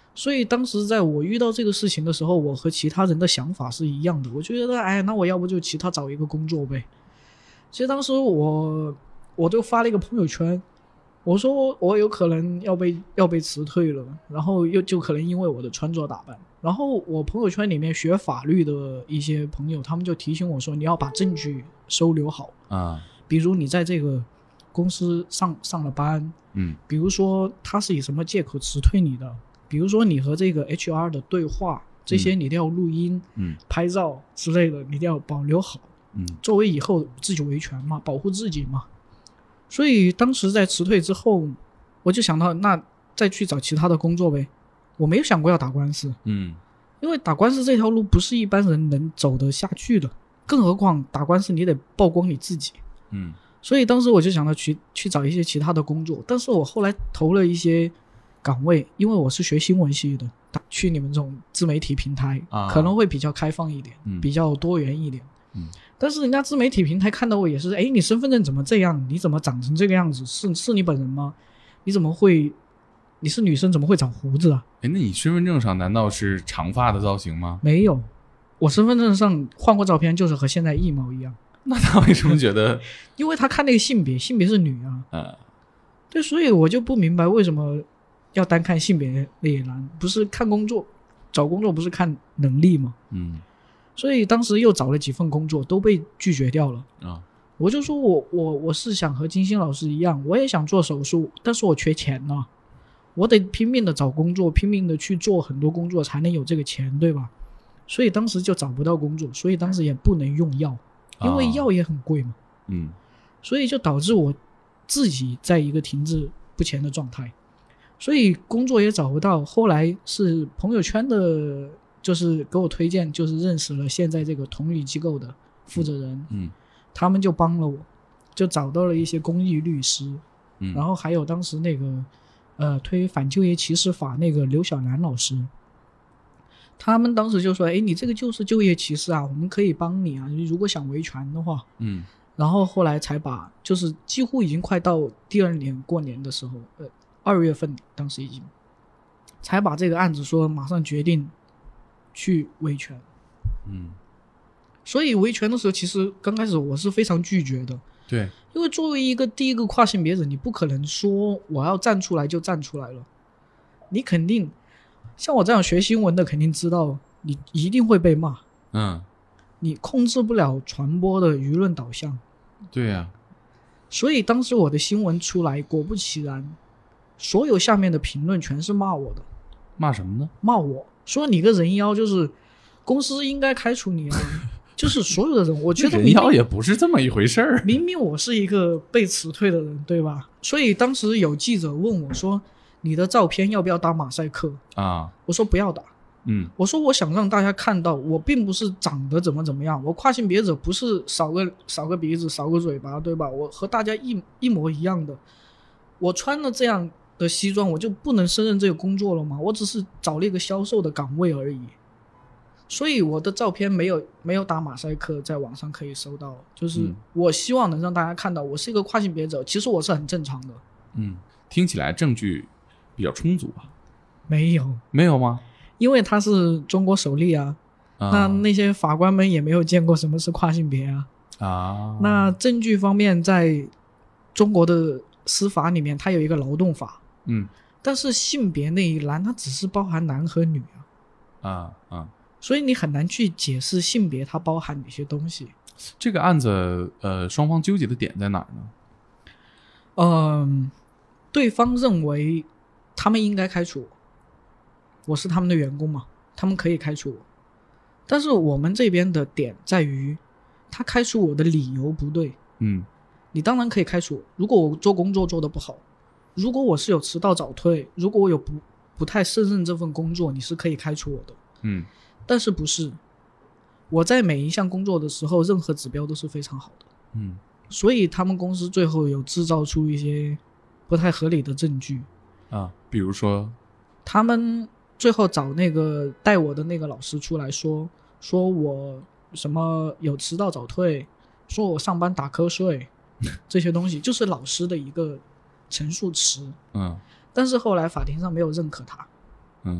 所以当时在我遇到这个事情的时候，我和其他人的想法是一样的，我觉得哎，那我要不就其他找一个工作呗。其实当时我我就发了一个朋友圈，我说我有可能要被要被辞退了，然后又就可能因为我的穿着打扮，然后我朋友圈里面学法律的一些朋友，他们就提醒我说你要把证据收留好啊， 比如你在这个公司上上了班， 嗯， 比如说他是以什么借口辞退你的，比如说你和这个 H R 的对话，这些你一定要录音、 嗯， 拍照之类的，你一定要保留好， 嗯， 作为以后自己维权嘛，保护自己嘛。所以当时在辞退之后，我就想到那再去找其他的工作呗，我没有想过要打官司， 嗯， 因为打官司这条路不是一般人能走得下去的，更何况打官司你得曝光你自己， 嗯， 所以当时我就想到去去找一些其他的工作，但是我后来投了一些岗位，因为我是学新闻系的，去你们这种自媒体平台、啊、可能会比较开放一点、嗯、比较多元一点， 嗯， 但是人家自媒体平台看到我也是，哎，你身份证怎么这样？你怎么长成这个样子？是是你本人吗？你怎么会？你是女生怎么会长胡子啊？ 哎，那你身份证上难道是长发的造型吗？ 没有，我身份证上换过照片，就是和现在一模一样。 那他为什么觉得？ 因为他看那个性别，性别是女啊。 嗯， 对，所以我就不明白为什么要单看性别那一栏，不是看工作，找工作不是看能力吗？ 嗯。 所以当时又找了几份工作，都被拒绝掉了啊！ 我就说我我我是想和金星老师一样，我也想做手术，但是我缺钱呢，我得拼命的找工作，拼命的去做很多工作才能有这个钱，对吧？所以当时就找不到工作，所以当时也不能用药，因为药也很贵嘛。 嗯， 所以就导致我自己在一个停滞不前的状态，所以工作也找不到。后来是朋友圈的。就是给我推荐，就是认识了现在这个同语机构的负责人， 嗯， 他们就帮了我，就找到了一些公益律师， 嗯， 然后还有当时那个呃推反就业歧视法那个刘小兰老师，他们当时就说，哎，你这个就是就业歧视啊，我们可以帮你啊，你如果想维权的话， 嗯， 然后后来才把，就是几乎已经快到第二年过年的时候，呃，二月份当时已经才把这个案子说马上决定。去维权， 嗯， 所以维权的时候，其实刚开始我是非常拒绝的， 对， 因为作为一个第一个跨性别者，你不可能说我要站出来就站出来了，你肯定像我这样学新闻的，肯定知道你一定会被骂， 嗯， 你控制不了传播的舆论导向， 对呀、啊， 所以当时我的新闻出来，果不其然，所有下面的评论全是骂我的， 骂什么呢？ 骂我。说你个人妖，就是公司应该开除你啊！就是所有的人，我觉得人妖也不是这么一回事儿。 明明我是一个被辞退的人，对吧？所以当时有记者问我说：“你的照片要不要打马赛克啊？” 我说不要打。 嗯， 我说我想让大家看到，我并不是长得怎么怎么样，我跨性别者不是少个少个鼻子少个嘴巴，对吧？我和大家一一模一样的，我穿了这样的西装，我就不能胜任这个工作了吗？我只是找了一个销售的岗位而已，所以我的照片没有没有打马赛克，在网上可以搜到。就是我希望能让大家看到，我是一个跨性别者，其实我是很正常的。 嗯，听起来证据比较充足吧？ 没有， 没有吗？ 因为他是中国首例啊，啊那那些法官们也没有见过什么是跨性别啊。 啊， 那证据方面，在中国的司法里面，它有一个劳动法。 嗯， 但是性别那一栏它只是包含男和女啊，啊啊， 所以你很难去解释性别它包含哪些东西。 这个案子，呃，双方纠结的点在哪儿呢？ 嗯、呃，对方认为他们应该开除我，我是他们的员工嘛，他们可以开除我。但是我们这边的点在于，他开除我的理由不对。 嗯， 你当然可以开除我，如果我做工作做得不好。如果我是有迟到早退，如果我有不不太胜任这份工作，你是可以开除我的。 嗯， 但是不是我在每一项工作的时候，任何指标都是非常好的。 嗯， 所以他们公司最后有制造出一些不太合理的证据啊，比如说他们最后找那个带我的那个老师出来说，说我什么有迟到早退，说我上班打瞌睡这些东西，就是老师的一个陈述词。 嗯， 但是后来法庭上没有认可他。 嗯，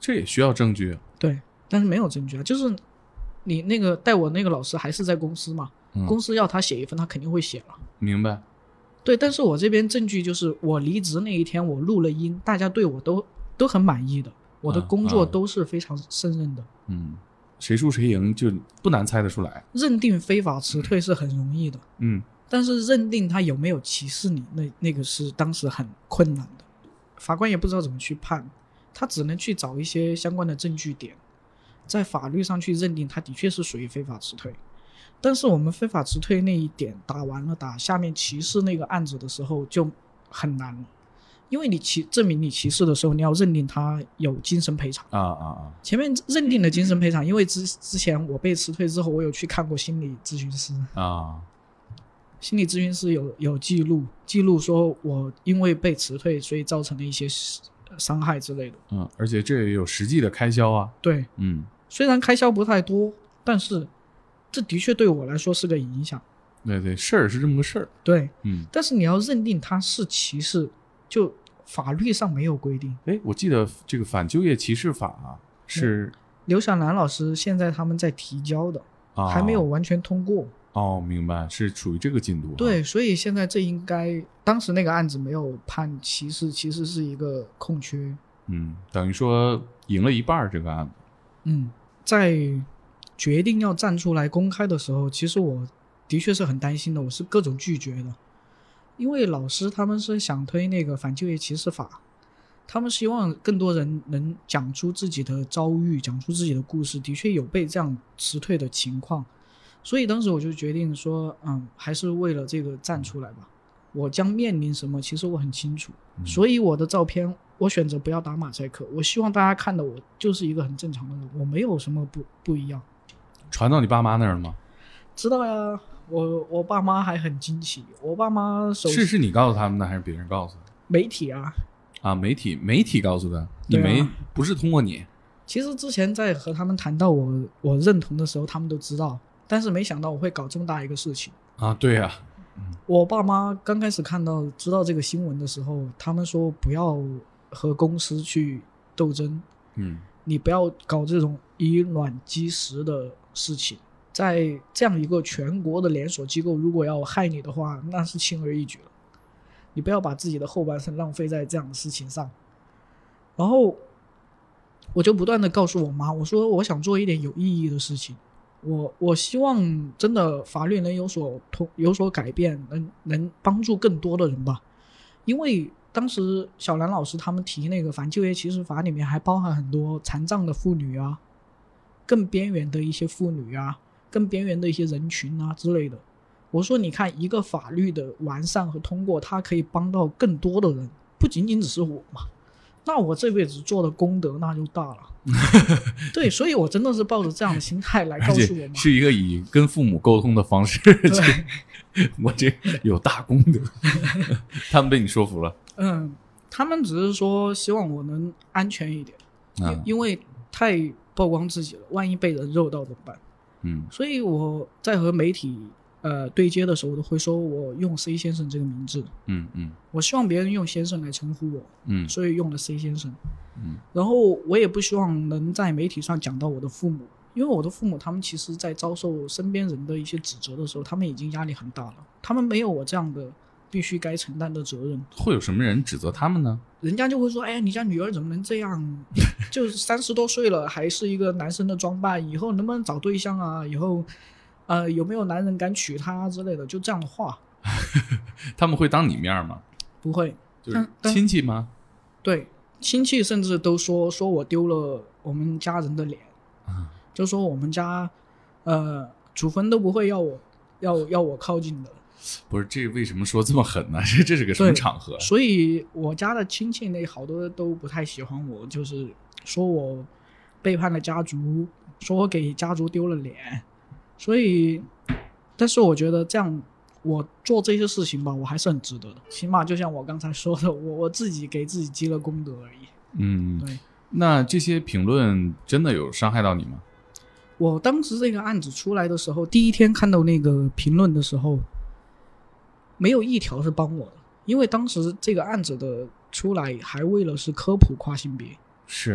这也需要证据。 对，但是没有证据啊，就是你那个带我那个老师还是在公司嘛，嗯、公司要他写一份，他肯定会写了。 明白。 对，但是我这边证据就是我离职那一天我录了音，大家对我都都很满意的，我的工作都是非常胜任的。 嗯，谁输谁赢就不难猜得出来。 认定非法辞退是很容易的， 嗯， 但是认定他有没有歧视你，那那个是当时很困难的。法官也不知道怎么去判，他只能去找一些相关的证据点，在法律上去认定他的确是属于非法辞退。但是我们非法辞退那一点打完了，打下面歧视那个案子的时候就很难了，因为你歧证明你歧视的时候，你要认定他有精神赔偿。 啊啊啊！ 前面认定的精神赔偿，因为之之前我被辞退之后，我有去看过心理咨询师啊， 心理咨询师有有记录记录说我因为被辞退，所以造成了一些伤害之类的。 嗯，而且这也有实际的开销啊。 对， 嗯， 虽然开销不太多，但是这的确对我来说是个影响。 对对，事儿是这么个事儿。 对， 嗯， 但是你要认定它是歧视，就法律上没有规定。 哎，我记得这个反就业歧视法、啊、是、嗯、 刘晓楠老师现在他们在提交的、哦、还没有完全通过。 哦，明白，是属于这个进度、啊。 对，所以现在这应该当时那个案子没有判歧视，其实是一个空缺。 嗯，等于说赢了一半这个案子。 嗯，在决定要站出来公开的时候，其实我的确是很担心的，我是各种拒绝的。因为老师他们是想推那个反就业歧视法，他们希望更多人能讲出自己的遭遇，讲出自己的故事，的确有被这样辞退的情况。所以当时我就决定说，嗯，还是为了这个站出来吧。我将面临什么，其实我很清楚。嗯、所以我的照片，我选择不要打马赛克。我希望大家看的我就是一个很正常的人，我没有什么不不一样。 传到你爸妈那儿了吗？ 知道呀，我我爸妈还很惊奇。我爸妈手是是你告诉他们的，还是别人告诉的？ 媒体啊。 啊，媒体媒体告诉的，你没、啊、不是通过你。 其实之前在和他们谈到我我认同的时候，他们都知道。但是没想到我会搞这么大一个事情啊！对呀、啊嗯，我爸妈刚开始看到知道这个新闻的时候，他们说不要和公司去斗争， 嗯， 你不要搞这种以卵击石的事情，在这样一个全国的连锁机构，如果要害你的话，那是轻而易举了，你不要把自己的后半生浪费在这样的事情上。然后我就不断的告诉我妈，我说我想做一点有意义的事情。我我希望真的法律能有所有所改变，能能帮助更多的人吧。因为当时小兰老师他们提那个反就业歧视法里面还包含很多残障的妇女啊，更边缘的一些妇女啊，更边缘的一些人群啊之类的。我说你看，一个法律的完善和通过，它可以帮到更多的人，不仅仅只是我嘛。那我这辈子做的功德那就大了。对，所以我真的是抱着这样的心态来告诉我妈， 是一个以跟父母沟通的方式。我这有大功德。他们被你说服了？ 嗯，他们只是说希望我能安全一点、嗯、因为太曝光自己了，万一被人肉到怎么办？嗯，所以我在和媒体呃对接的时候，都会说我用 C 先生这个名字。 嗯嗯， 我希望别人用先生来称呼我。 嗯， 所以用了 C 先生。 嗯， 然后我也不希望能在媒体上讲到我的父母，因为我的父母他们其实在遭受身边人的一些指责的时候，他们已经压力很大了，他们没有我这样的必须该承担的责任。 会有什么人指责他们呢？ 人家就会说，哎呀，你家女儿怎么能这样？就三十多岁了还是一个男生的装扮，以后能不能找对象啊？以后呃有没有男人敢娶她之类的，就这样的话。 他们会当你面吗？ 不会。 就是亲戚吗？ 对，亲戚甚至都说说我丢了我们家人的脸、嗯、就说我们家呃祖坟都不会要我要要我靠近的。 不是，这为什么说这么狠呢？这这是个什么场合？ 所以我家的亲戚那好多都不太喜欢我，就是说我背叛了家族，说我给家族丢了脸。所以但是我觉得这样我做这些事情吧，我还是很值得的，起码就像我刚才说的，我我自己给自己积了功德而已。 嗯， 对。 那这些评论真的有伤害到你吗？ 我当时这个案子出来的时候，第一天看到那个评论的时候，没有一条是帮我的，因为当时这个案子的出来还为了是科普跨性别。 是。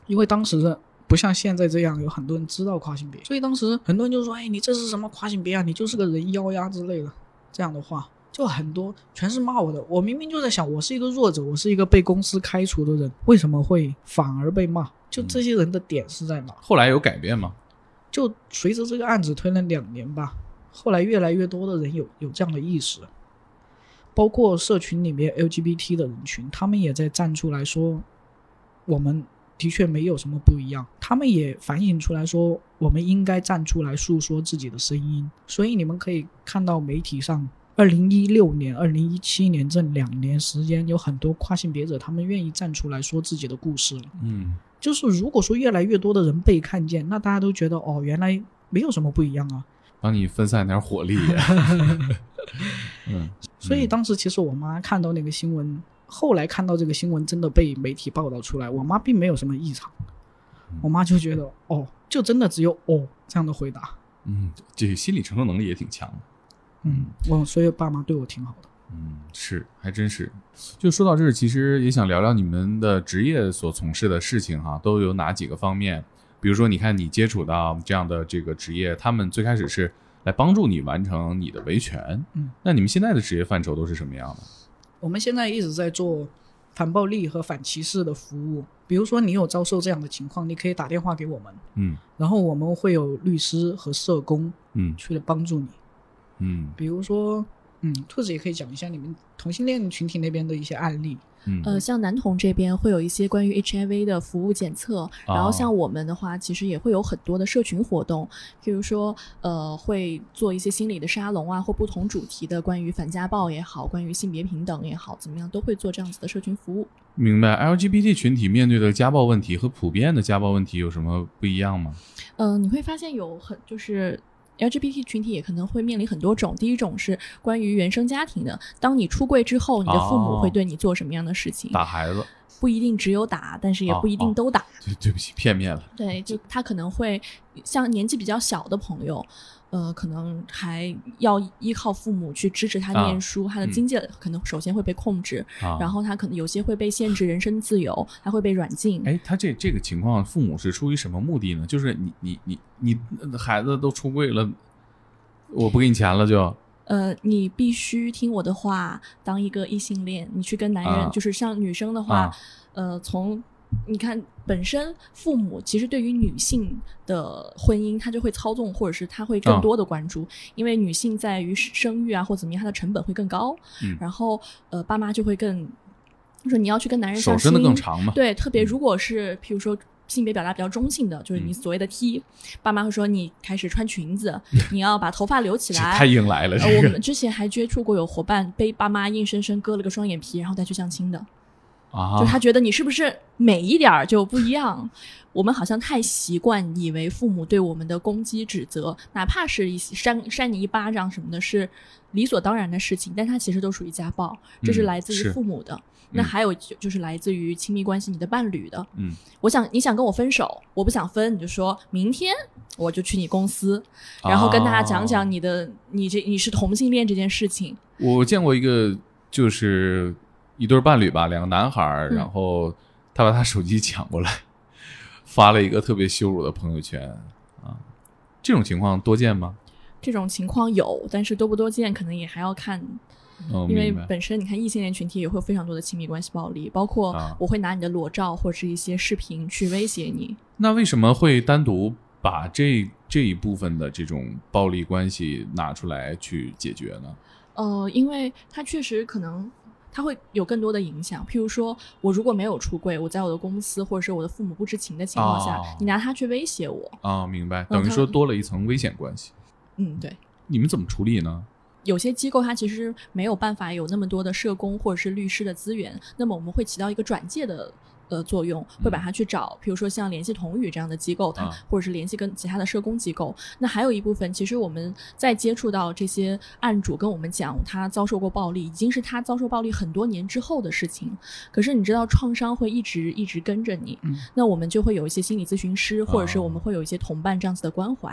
因为当时不像现在这样有很多人知道跨性别，所以当时很多人就说，哎，你这是什么跨性别啊，你就是个人妖呀之类的，这样的话就很多全是骂我的。我明明就在想，我是一个弱者，我是一个被公司开除的人，为什么会反而被骂？就这些人的点是在哪？ 后来有改变吗？ 就随着这个案子推了两年吧，后来越来越多的人有有这样的意识，包括社群里面 L G B T 的人群，他们也在站出来说我们的确没有什么不一样，他们也反映出来说我们应该站出来诉说自己的声音。所以你们可以看到媒体上二零一六年二零一七年这两年时间有很多跨性别者他们愿意站出来说自己的故事了。 嗯， 就是如果说越来越多的人被看见，那大家都觉得哦，原来没有什么不一样啊， 帮你分散点火力嗯， 所以当时其实我妈看到那个新闻，后来看到这个新闻真的被媒体报道出来，我妈并没有什么异常，我妈就觉得哦，就真的只有哦这样的回答。 嗯，这心理承受能力也挺强的。 嗯，我所以爸妈对我挺好的。 嗯，是，还真是。就说到这儿，其实也想聊聊你们的职业所从事的事情哈，都有哪几个方面？比如说，你看你接触到这样的这个职业，他们最开始是来帮助你完成你的维权。 嗯， 那你们现在的职业范畴都是什么样的？ 我们现在一直在做反暴力和反歧视的服务。比如说你有遭受这样的情况，你可以打电话给我们， 嗯， 然后我们会有律师和社工， 嗯， 去帮助你。 嗯， 比如说，嗯，兔子也可以讲一下你们同性恋群体那边的一些案例。 嗯， 呃，像男童这边会有一些关于 H I V 的服务检测，然后像我们的话，其实也会有很多的社群活动，譬如说，呃，会做一些心理的沙龙啊，或不同主题的，关于反家暴也好，关于性别平等也好，怎么样都会做这样子的社群服务。 明白。L G B T 群体面对的家暴问题和普遍的家暴问题有什么不一样吗？ 嗯、呃，你会发现有很就是。L G B T 群体也可能会面临很多种，第一种是关于原生家庭的，当你出柜之后，你的父母会对你做什么样的事情？ 哦、打孩子， 不一定只有打，但是也不一定都打。 哦哦、对, 对不起，片面了。 对，就他可能会像年纪比较小的朋友，呃，可能还要依靠父母去支持他念书，啊、他的经济可能首先会被控制， 啊、 然后他可能有些会被限制人身自由，他会被软禁。 哎，他这这个情况，父母是出于什么目的呢？就是你你你你孩子都出柜了，我不给你钱了就。 呃，你必须听我的话，当一个异性恋，你去跟男人，啊、就是像女生的话，啊、呃，从你看本身父母其实对于女性的婚姻，他就会操纵，或者是他会更多的关注，啊、因为女性在于生育啊或怎么样，她的成本会更高， 嗯、 然后呃，爸妈就会更说你要去跟男人上心， 手伸得更长嘛， 对，特别如果是譬如说。性别表达比较中性的，就是你所谓的 T，嗯、爸妈会说你开始穿裙子，你要把头发留起来， 太硬来了。这个、 呃、我们之前还接触过有伙伴被爸妈硬生生割了个双眼皮，然后再去相亲的， 啊， 就他觉得你是不是美一点就不一样？我们好像太习惯以为父母对我们的攻击指责，哪怕是一扇扇你一巴掌什么的，是理所当然的事情，但它其实都属于家暴，这是来自于父母的。嗯那还有就是来自于亲密关系，你的伴侣的。 嗯， 我想你想跟我分手，我不想分，你就说明天我就去你公司，然后跟大家讲讲你的、哦、你这你是同性恋这件事情。 我见过一个就是一对伴侣吧，两个男孩，嗯、然后他把他手机抢过来，发了一个特别羞辱的朋友圈啊，这种情况多见吗？ 这种情况有，但是多不多见可能也还要看。 哦、 因为本身你看异性恋群体也会有非常多的亲密关系暴力，包括我会拿你的裸照或者是一些视频去威胁你。 那为什么会单独把这这一部分的这种暴力关系拿出来去解决呢？ 呃，因为它确实可能它会有更多的影响，譬如说我如果没有出柜，我在我的公司或者是我的父母不知情的情况下、哦、你拿它去威胁我啊、哦，明白，等于说多了一层危险关系。 嗯，对。 你们怎么处理呢？ 有些机构它其实没有办法有那么多的社工或者是律师的资源，那么我们会起到一个转介的呃作用，会把它去找比如说像联系童语这样的机构，它、啊、或者是联系跟其他的社工机构。那还有一部分其实我们在接触到这些案主跟我们讲他遭受过暴力，已经是他遭受暴力很多年之后的事情，可是你知道创伤会一直一直跟着你、嗯、那我们就会有一些心理咨询师或者是我们会有一些同伴这样子的关怀。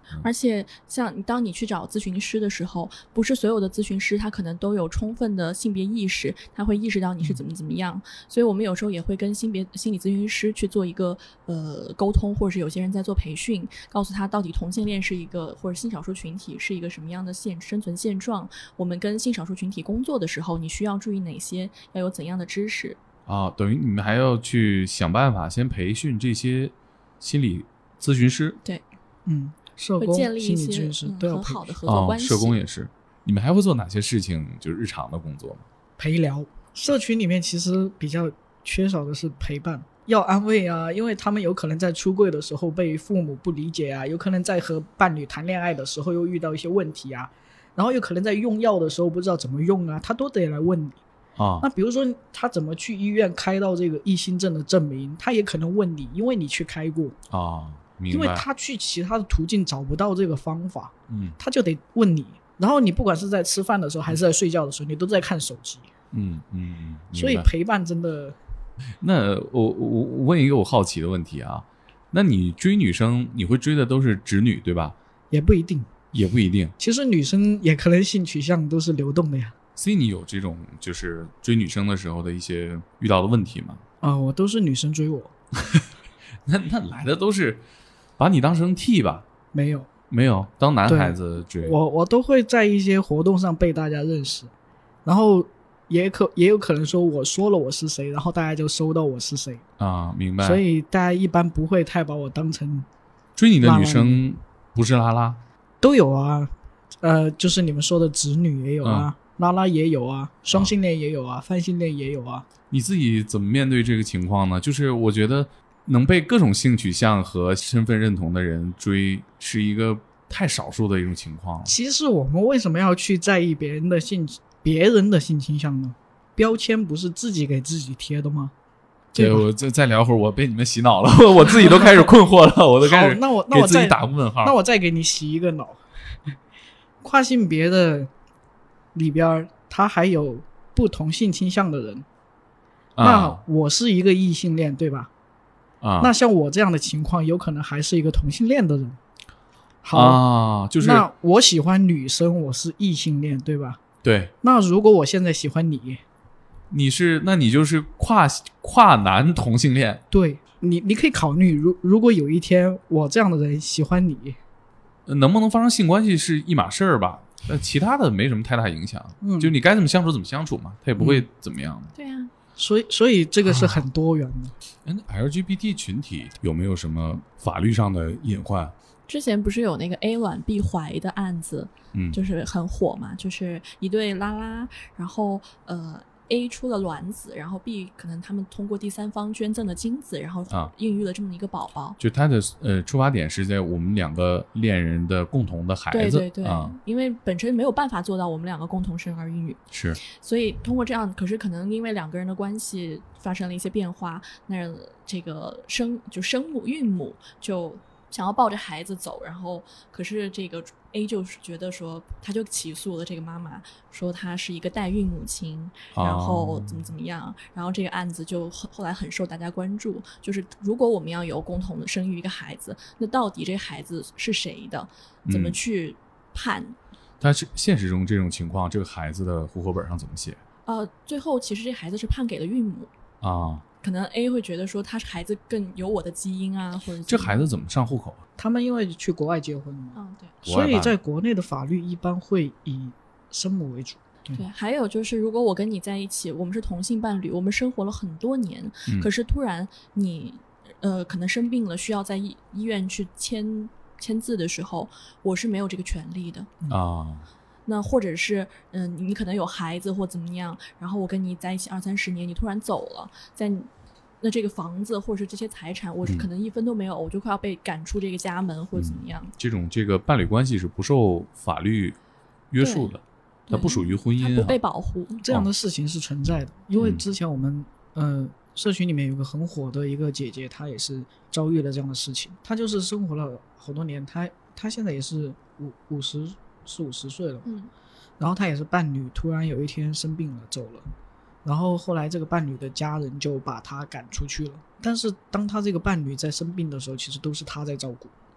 而且像当你去找咨询师的时候，不是所有的咨询师他可能都有充分的性别意识，他会意识到你是怎么怎么样、嗯、所以我们有时候也会跟性别心理咨询师去做一个呃沟通，或者是有些人在做培训，告诉他到底同性恋是一个或者性少数群体是一个什么样的现生存现状，我们跟性少数群体工作的时候你需要注意哪些，要有怎样的知识啊，等于你们还要去想办法先培训这些心理咨询师。 对， 嗯，社工、 建立一些、 嗯、 很好的合作关系、 哦。社工也是。你们还会做哪些事情？就是日常的工作吗？ 陪聊。社群里面其实比较缺少的是陪伴，要安慰啊，因为他们有可能在出柜的时候被父母不理解啊，有可能在和伴侣谈恋爱的时候又遇到一些问题啊，然后有可能在用药的时候不知道怎么用啊，他都得来问你。啊，那比如说他怎么去医院开到这个异性症的证明，他也可能问你，因为你去开过啊，明白。 因为他去其他的途径找不到这个方法， 嗯，他就得问你。然后你不管是在吃饭的时候还是在睡觉的时候，你都在看手机。 嗯嗯嗯， 所以陪伴真的。 那我我我问一个我好奇的问题啊，那你追女生，你会追的都是直女对吧？ 也不一定， 也不一定。 其实女生也可能性取向都是流动的呀。 所以你有这种就是追女生的时候的一些遇到的问题吗？ 啊、呃，我都是女生追我。 那那来的都是把你当成 T 吧？ 没有没有，当男孩子追。 我我都会在一些活动上被大家认识，然后也可也有可能说我说了我是谁，然后大家就收到我是谁啊，明白。 所以大家一般不会太把我当成。 追你的女生不是拉拉？ 都有啊，呃，就是你们说的直女也有啊。嗯，拉拉也有啊，双性恋也有啊，泛性恋也有啊。 你自己怎么面对这个情况呢？就是我觉得能被各种性取向和身份认同的人追是一个太少数的一种情况。 其实我们为什么要去在意别人的性别人的性倾向呢？标签不是自己给自己贴的吗？ 对，我再再聊会儿，我被你们洗脑了，我自己都开始困惑了，我都开始那我那我给自己打个问号。 那我再给你洗一个脑。跨性别的里边他还有不同性倾向的人、啊、那我是一个异性恋对吧、啊、那像我这样的情况有可能还是一个同性恋的人。好、 啊、就是那我喜欢女生，我是异性恋对吧？ 对。 那如果我现在喜欢你， 你是那你就是跨跨男同性恋。 对，你你可以考虑，如如果有一天我这样的人喜欢你， 能不能发生性关系是一码事儿吧，那其他的没什么太大影响、嗯、就你该怎么相处怎么相处嘛，他也不会怎么样、 嗯、对啊， 所以所以这个是很多元的、 啊、L G B T 群体有没有什么法律上的隐患？ 之前不是有那个 A 卵 B 怀的案子， 嗯， 就是很火嘛，就是一对拉拉，然后呃A 出了卵子，然后 B 可能他们通过第三方捐赠的精子，然后孕育了这么一个宝宝、啊、 就他的呃出发点是在我们两个恋人的共同的孩子。 对对对、啊、因为本身没有办法做到我们两个共同生儿育女， 是， 所以通过这样，可是可能因为两个人的关系发生了一些变化，那这个生就生母孕母就想要抱着孩子走，然后可是这个 A 就是觉得说，他就起诉了这个妈妈，说她是一个代孕母亲、哦、然后怎么怎么样，然后这个案子就后来很受大家关注，就是如果我们要有共同的生育一个孩子，那到底这个孩子是谁的，怎么去判、嗯、 但是现实中这种情况，这个孩子的户口本上怎么写？ 呃，最后其实这孩子是判给了孕母啊， 可能 A 会觉得说他孩子更有我的基因啊，或者这孩子怎么上户口啊？ 他们因为去国外结婚嘛， 嗯，对， 所以在国内的法律一般会以生母为主。 对，对，还有就是如果我跟你在一起，我们是同性伴侣，我们生活了很多年、嗯、可是突然你呃可能生病了，需要在医医院去签签字的时候，我是没有这个权利的啊。 那或者是嗯、呃，你可能有孩子或怎么样，然后我跟你在一起二三十年，你突然走了，在那这个房子或者是这些财产，我可能一分都没有、嗯、我就快要被赶出这个家门或者怎么样、嗯、 这种这个伴侣关系是不受法律约束的，它不属于婚姻， 它不被保护。 这样的事情是存在的、哦、因为之前我们、嗯、呃社群里面有个很火的一个姐姐，她也是遭遇了这样的事情，她就是生活了好多年，她她现在也是五五十四五十岁了， 嗯， 然后她也是伴侣突然有一天生病了走了，然后后来这个伴侣的家人就把她赶出去了，但是当她这个伴侣在生病的时候，其实都是她在照顾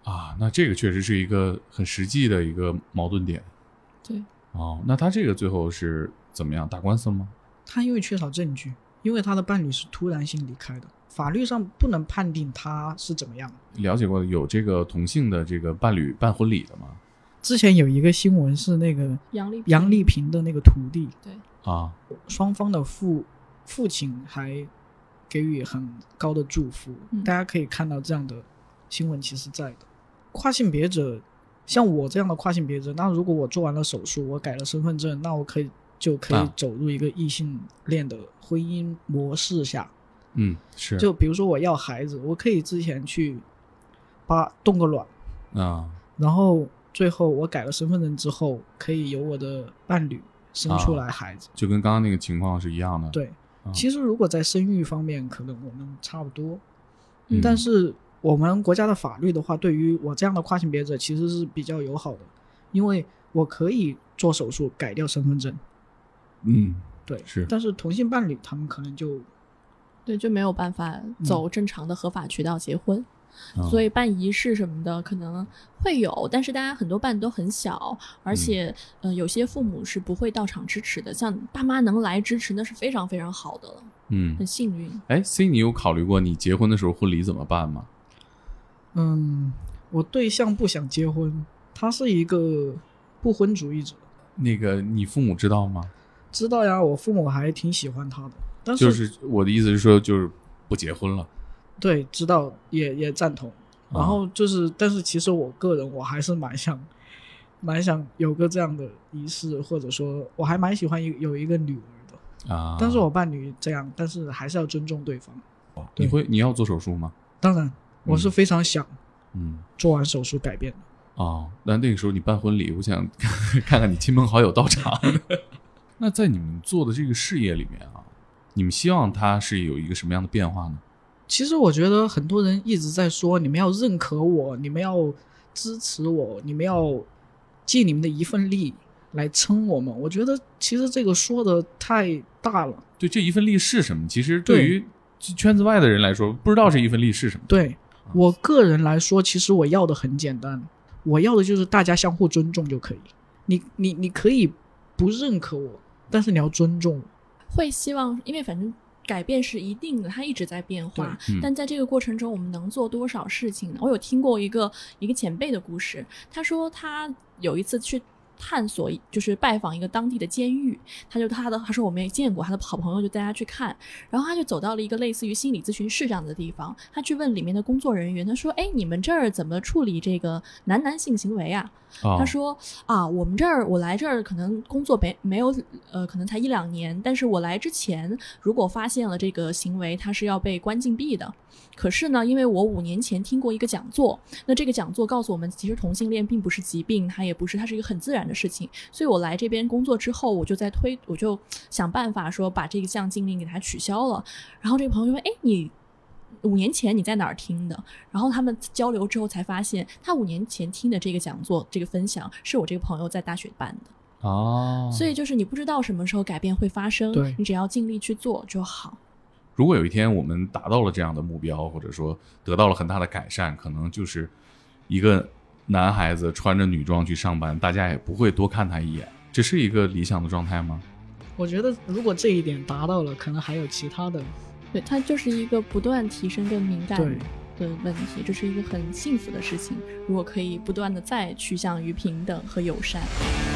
啊，那这个确实是一个很实际的一个矛盾点。 对。 哦，那他这个最后是怎么样？打官司了吗？ 他因为缺少证据，因为他的伴侣是突然性离开的，法律上不能判定他是怎么样。 了解过有这个同性的这个伴侣办婚礼的吗？ 之前有一个新闻是那个杨丽杨丽萍的那个徒弟， 对啊， 双方的父父亲还给予很高的祝福、嗯、大家可以看到这样的新闻其实在的。跨性别者像我这样的跨性别者，那如果我做完了手术，我改了身份证，那我可以就可以走入一个异性恋的婚姻模式下。 嗯，是。 就比如说我要孩子，我可以之前去把冻个卵啊， 然后最后我改了身份证之后，可以由我的伴侣生出来孩子、 啊、就跟刚刚那个情况是一样的。 对、啊、其实如果在生育方面可能我们差不多、 嗯、 但是我们国家的法律的话，对于我这样的跨性别者其实是比较友好的，因为我可以做手术改掉身份证。 嗯， 对， 是。 但是同性伴侣他们可能就对就没有办法走正常的合法渠道结婚、 嗯、 所以办仪式什么的可能会有，但是大家很多办都很小，而且、嗯呃、有些父母是不会到场支持的，像爸妈能来支持那是非常非常好的了。 嗯， 很幸运。 哎 C 你有考虑过你结婚的时候婚礼怎么办吗？ 嗯，我对象不想结婚，他是一个不婚主义者。 那个你父母知道吗？ 知道呀，我父母还挺喜欢他的，但是就是我的意思是说就是不结婚了。 对，知道，也也赞同。然后就是、啊、但是其实我个人我还是蛮想蛮想有个这样的仪式，或者说我还蛮喜欢有一个女儿的啊。但是我伴侣这样，但是还是要尊重对方。 哦、你会你要做手术吗？ 当然我是非常想嗯做完手术改变的。 哦，那那个时候你办婚礼，我想看看你亲朋好友到场。那在你们做的这个事业里面啊，你们希望它是有一个什么样的变化呢？ 其实我觉得很多人一直在说你们要认可我，你们要支持我，你们要尽你们的一份力来撑我们。我觉得其实这个说的太大了。 对，这一份力是什么？其实对于圈子外的人来说不知道这一份力是什么。 对，我个人来说其实我要的很简单，我要的就是大家相互尊重就可以。你你你可以不认可我，但是你要尊重我。 会希望，因为反正改变是一定的，它一直在变化、嗯、但在这个过程中我们能做多少事情呢？我有听过一个一个前辈的故事，他说他有一次去探索，就是拜访一个当地的监狱，他就他的他说我没见过，他的好朋友就带他去看，然后他就走到了一个类似于心理咨询室这样的地方，他去问里面的工作人员，他说哎，你们这儿怎么处理这个男男性行为啊？哦、他说啊，我们这儿我来这儿可能工作没没有呃，可能才一两年，但是我来之前如果发现了这个行为，他是要被关禁闭的。可是呢，因为我五年前听过一个讲座，那这个讲座告诉我们，其实同性恋并不是疾病，它也不是，它是一个很自然的事情。所以我来这边工作之后，我就在推，我就想办法说把这个项禁令给它取消了。然后这个朋友说：“哎，你五年前你在哪儿听的？”然后他们交流之后才发现，他五年前听的这个讲座、这个分享是我这个朋友在大学办的。 哦， 所以就是你不知道什么时候改变会发生， 对， 你只要尽力去做就好。 如果有一天我们达到了这样的目标，或者说得到了很大的改善，可能就是一个男孩子穿着女装去上班，大家也不会多看他一眼，这是一个理想的状态吗？ 我觉得如果这一点达到了，可能还有其他的。 对，它就是一个不断提升跟敏感的问题，这是一个很幸福的事情，如果可以不断的再趋向于平等和友善。